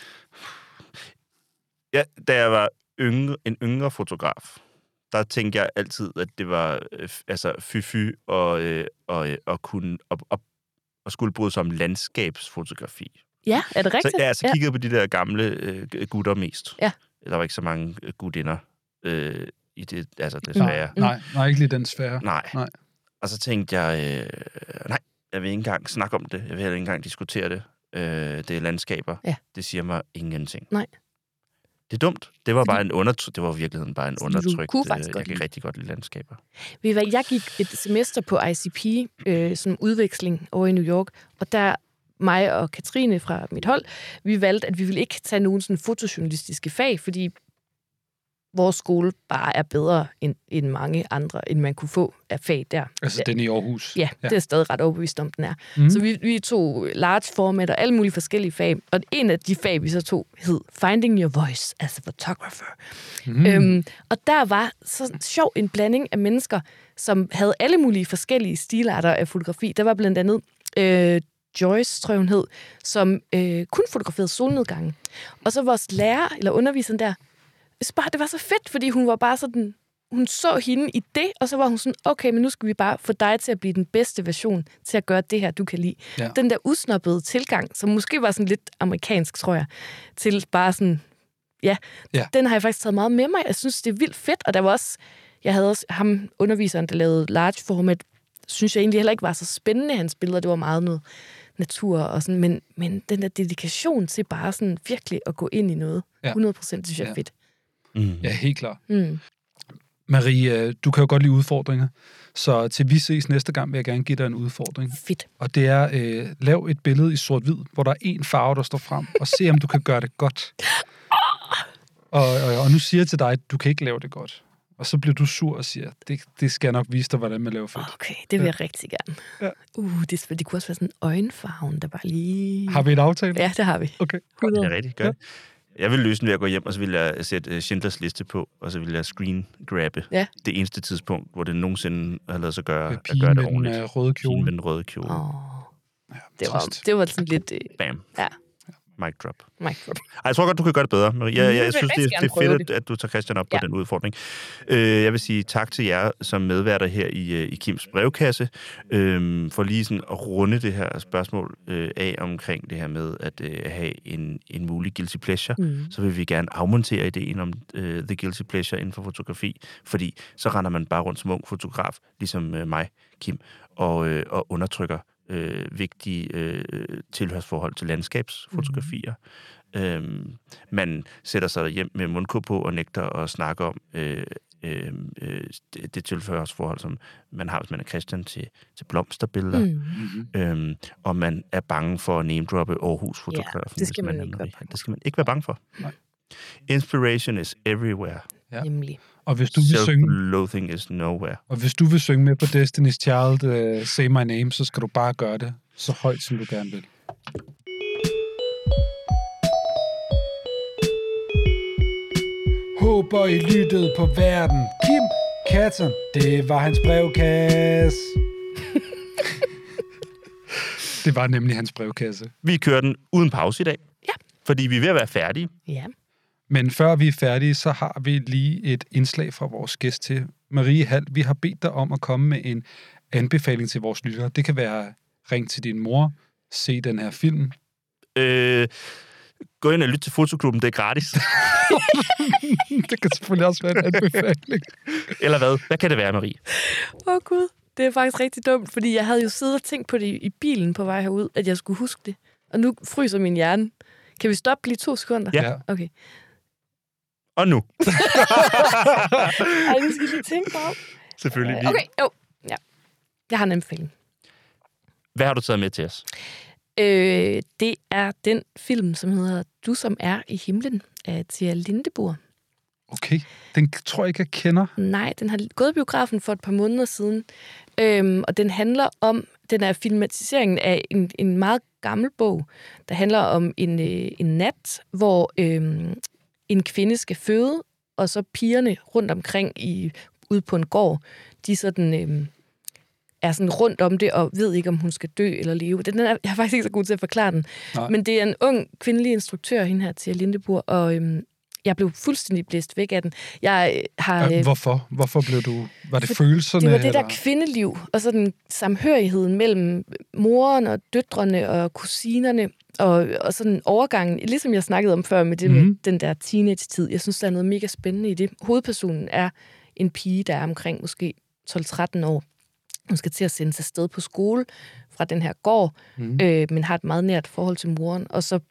Ja, da jeg var yngre, en yngre fotograf, der tænkte jeg altid, at det var øh, altså fy-fy og, øh, og, øh, og, kunne, og, og, og skulle bryde sig om landskabsfotografi. Ja, er det rigtigt? Så jeg altså, ja. kiggede på de der gamle øh, gutter mest. Ja. Der var ikke så mange øh, gutinder øh, i det, altså desværre. Mm. Nej, nej, ikke lige den sfære. Nej. nej. Og så tænkte jeg, øh, nej, jeg vil ikke engang snakke om det. Jeg vil heller ikke engang diskutere det. Øh, det er landskaber. Ja. Det siger mig ingenting. Nej. Det er dumt. Det var bare en undertryk. Det var i virkeligheden bare en undertrykt. Øh, jeg kan rigtig godt lide landskaber. Ved I hvad, jeg gik et semester på I C P, øh, som udveksling over i New York, og der mig og Katrine fra mit hold, vi valgte, at vi ville ikke tage nogen sådan fotojournalistiske fag, fordi vores skole bare er bedre end, end mange andre, end man kunne få af fag der. Altså den i Aarhus? Ja, ja, det er stadig ret overbevist om, den er. Mm. Så vi, vi tog large format og alle mulige forskellige fag, og en af de fag, vi så tog, hed Finding Your Voice as a Photographer. Mm. Øhm, og der var så sjov en blanding af mennesker, som havde alle mulige forskellige stilarter af fotografi. Der var blandt andet øh, Joyce, tror jeg hun hed, som øh, kun fotograferede solnedgangen. Og så vores lærer, eller underviseren der, bare, det var så fedt, fordi hun var bare sådan, hun så hende i det, og så var hun sådan, okay, men nu skal vi bare få dig til at blive den bedste version til at gøre det her, du kan lide. Ja. Den der usnoppede tilgang, som måske var sådan lidt amerikansk, tror jeg, til bare sådan, ja, ja, den har jeg faktisk taget meget med mig. Jeg synes, det er vildt fedt, og der var også, jeg havde også ham, underviseren, der lavede large format, synes jeg egentlig heller ikke var så spændende, hans billeder, det var meget noget natur og sådan, men, men den der dedikation til bare sådan virkelig at gå ind i noget, ja. hundrede procent synes jeg er ja. fedt. Mm. Ja, helt klart. Mm. Marie, du kan jo godt lide udfordringer, så til vi ses næste gang, vil jeg gerne give dig en udfordring. Fedt. Og det er, øh, lav et billede i sort-hvid, hvor der er en farve, der står frem, og se, om du kan gøre det godt. Og, og, og nu siger jeg til dig, at du kan ikke lave det godt. Og så bliver du sur og siger, det, det skal jeg nok vise dig, hvordan man laver fedt. Okay, det vil jeg ja. rigtig gerne. Ja. Uh, det, det kunne også være sådan en øjenfarven, der bare lige... Har vi et aftale? Ja, det har vi. Okay. Det er rigtig godt. Ja. Jeg vil løse den ved at gå hjem, og så vil jeg sætte Schindlers liste på, og så vil jeg screen-grabbe ja. det eneste tidspunkt, hvor det nogensinde har lavet sig gøre, at gøre det ordentligt. Med røde kjole. Pigen med den røde kjole. Oh. Ja, det, var, det var sådan lidt... Bam. Ja. Mic drop. Mic drop. Ej, jeg tror godt, du kan gøre det bedre. Jeg, jeg, jeg, jeg synes, det, det er fedt, det. at du tager Christian op ja. på den udfordring. Uh, jeg vil sige tak til jer, som medværter her i, uh, i Kims brevkasse, uh, for lige sådan at runde det her spørgsmål uh, af omkring det her med at uh, have en, en mulig guilty pleasure. Mm. Så vil vi gerne afmontere ideen om uh, the guilty pleasure inden for fotografi, fordi så render man bare rundt som ung fotograf, ligesom uh, mig, Kim, og, uh, og undertrykker øh, vigtige øh, tilhørsforhold til landskabsfotografier. Mm-hmm. Øhm, man sætter sig hjem med mundkurv på og nægter at snakke om øh, øh, det, det tilhørsforhold, som man har, hvis man er kristen, til, til blomsterbilleder. Mm-hmm. Øhm, og man er bange for at name-droppe Aarhus-fotografen. Ja, det skal man, man ikke være Det skal man ikke være bange for. Nej. Inspiration is everywhere. Ja. Nemlig. Og hvis du vil synge... Self-loathing is nowhere. Og hvis du vil synge med på Destiny's Child, uh, Say My Name, så skal du bare gøre det så højt, som du gerne vil. Håber I lyttede på verden. Kim Katten, det var hans brevkasse. Det var nemlig hans brevkasse. Vi kører den uden pause i dag. Ja. Fordi vi er ved at være færdige. Ja. Men før vi er færdige, så har vi lige et indslag fra vores gæst til. Marie Hall, vi har bedt dig om at komme med en anbefaling til vores lyttere. Det kan være ring til din mor, se den her film. Øh, gå ind og lyt til Fotoklubben, det er gratis. Det kan selvfølgelig også være en anbefaling. Eller hvad? Hvad kan det være, Marie? Åh oh, gud, det er faktisk rigtig dumt, fordi jeg havde jo siddet og tænkt på det i bilen på vej herud, at jeg skulle huske det. Og nu fryser min hjerne. Kan vi stoppe lige to sekunder? Ja. Okay. Og nu. Ej, nu skal jeg lige tænke på. Selvfølgelig lige. Okay, jo. Ja. Jeg har en anbefaling. Hvad har du taget med til os? Øh, det er den film, som hedder Du som er i himlen, af Thea Lindeburg. Okay, den tror jeg ikke, jeg kender. Nej, den har gået i biografen for et par måneder siden. Øhm, og den handler om, den er filmatiseringen af en, en meget gammel bog, der handler om en, øh, en nat, hvor øh, en kvinde skal føde, og så pigerne rundt omkring i, ude på en gård, de sådan, øh, er sådan rundt om det, og ved ikke, om hun skal dø eller leve. Den er, jeg er faktisk ikke så god til at forklare den. Nej. Men det er en ung kvindelig instruktør, hende her, Thea Lindeburg, og øh, jeg blev fuldstændig blæst væk af den. Jeg har, øh, Hvorfor? Hvorfor blev du... Var det følelserne? Det var det eller? der kvindeliv, og så den samhørigheden mellem moren og døtrene og kusinerne, og, og sådan overgangen, ligesom jeg snakkede om før med det mm-hmm. med den der teenage-tid. Jeg synes, der er noget mega spændende i det. Hovedpersonen er en pige, der er omkring måske tolv tretten år. Hun skal til at sendes afsted på skole fra den her gård, mm-hmm. øh, men har et meget nært forhold til moren, og så,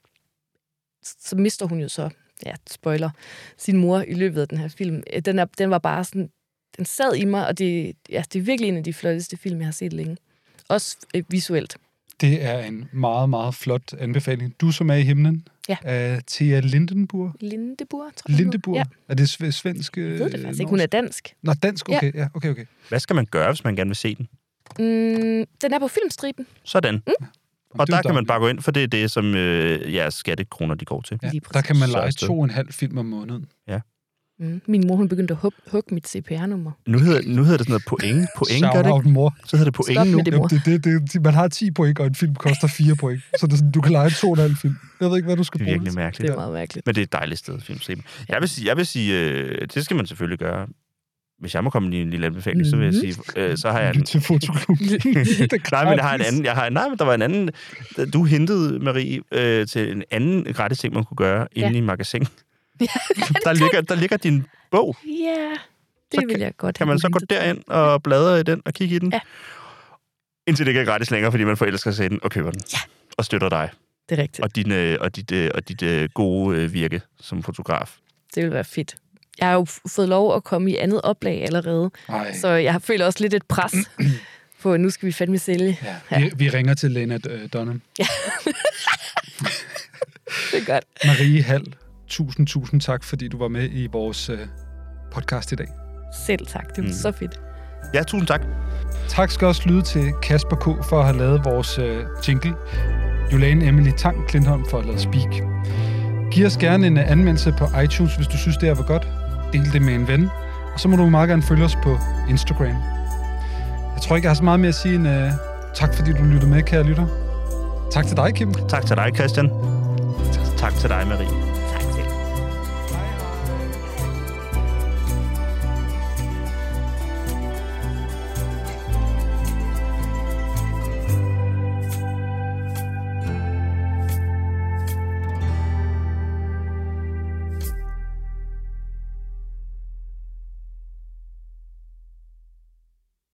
så mister hun jo så, ja, spoiler, sin mor i løbet af den her film. Den, er, den var bare sådan, den sad i mig, og det, ja, det er virkelig en af de flotteste film, jeg har set længe. Også øh, visuelt. Det er en meget, meget flot anbefaling. Du som er i himlen, ja. Af Thea Lindeburg. Lindeburg, tror jeg. Lindeburg? Ja. Er det svensk? Jeg ved det faktisk ikke. Hun er dansk. Nå, dansk? Okay, ja. Ja, okay, okay. Hvad skal man gøre, hvis man gerne vil se den? Mm, den er på Filmstriben. Sådan. Mm. Og der kan man bare gå ind, for det er det, som øh, jeres skattekroner de går til. Ja, der kan man lege to og en halv film om måneden. Ja. Mm. Min mor, hun begyndte at hugge hug mit C P R-nummer. Nu hedder, nu hedder det sådan noget point. Point, gør det ikke? Mor. Så hedder det point Stop nu. med det, mor. Jamen, det, det, det, man har ti point, og en film koster fire point. Så det er sådan, du kan lege to og en halv film. Jeg ved ikke, hvad du skal bruge. Det er virkelig mærkeligt. Det er meget mærkeligt. Men det er et dejligt sted, Filmstriben. Jeg vil sige, jeg vil sige øh, det skal man selvfølgelig gøre. Hvis jeg må komme med en lille anbefaling, mm-hmm. så vil jeg sige, øh, så har jeg en... til Fotoklubben. Nej, men jeg har en anden... Jeg har, nej, men der var en anden... Du hentede, Marie, øh, til en anden gratis ting, man kunne gøre ja. inde i magasin. Ja, der, ligger, der ligger din bog. Ja, det så vil jeg godt kan man så gå derind og bladre i den og kigge i den? Ja. Indtil det ikke er gratis længere, fordi man forelsker sig i den og køber den. Ja. Og støtter dig. Det er rigtigt. Og dit, og dit, og dit gode virke som fotograf. Det vil være fedt. Jeg har jo fået lov at komme i andet oplag allerede. Ej. Så jeg føler også lidt et pres på, at nu skal vi fandme sælge. Ja. Ja. Vi, vi ringer til Lennart uh, Dunham. Ja. Det er godt. Marie Hall, tusind, tusind tak, fordi du var med i vores uh, podcast i dag. Selv tak. Det var mm. så fedt. Ja, tusind tak. Tak skal også lyde til Kasper K. for at have lavet vores uh, jingle. Jolane Emily Tang Klintholm for at lave Speak. Giv os gerne en anmeldelse på iTunes, hvis du synes, det er var godt. Del det med en ven. Og så må du meget gerne følge os på Instagram. Jeg tror ikke, jeg har så meget mere at sige end uh, tak, fordi du lyttede med, kære lytter. Tak til dig, Kim. Tak til dig, Christian. Tak til dig, Marie.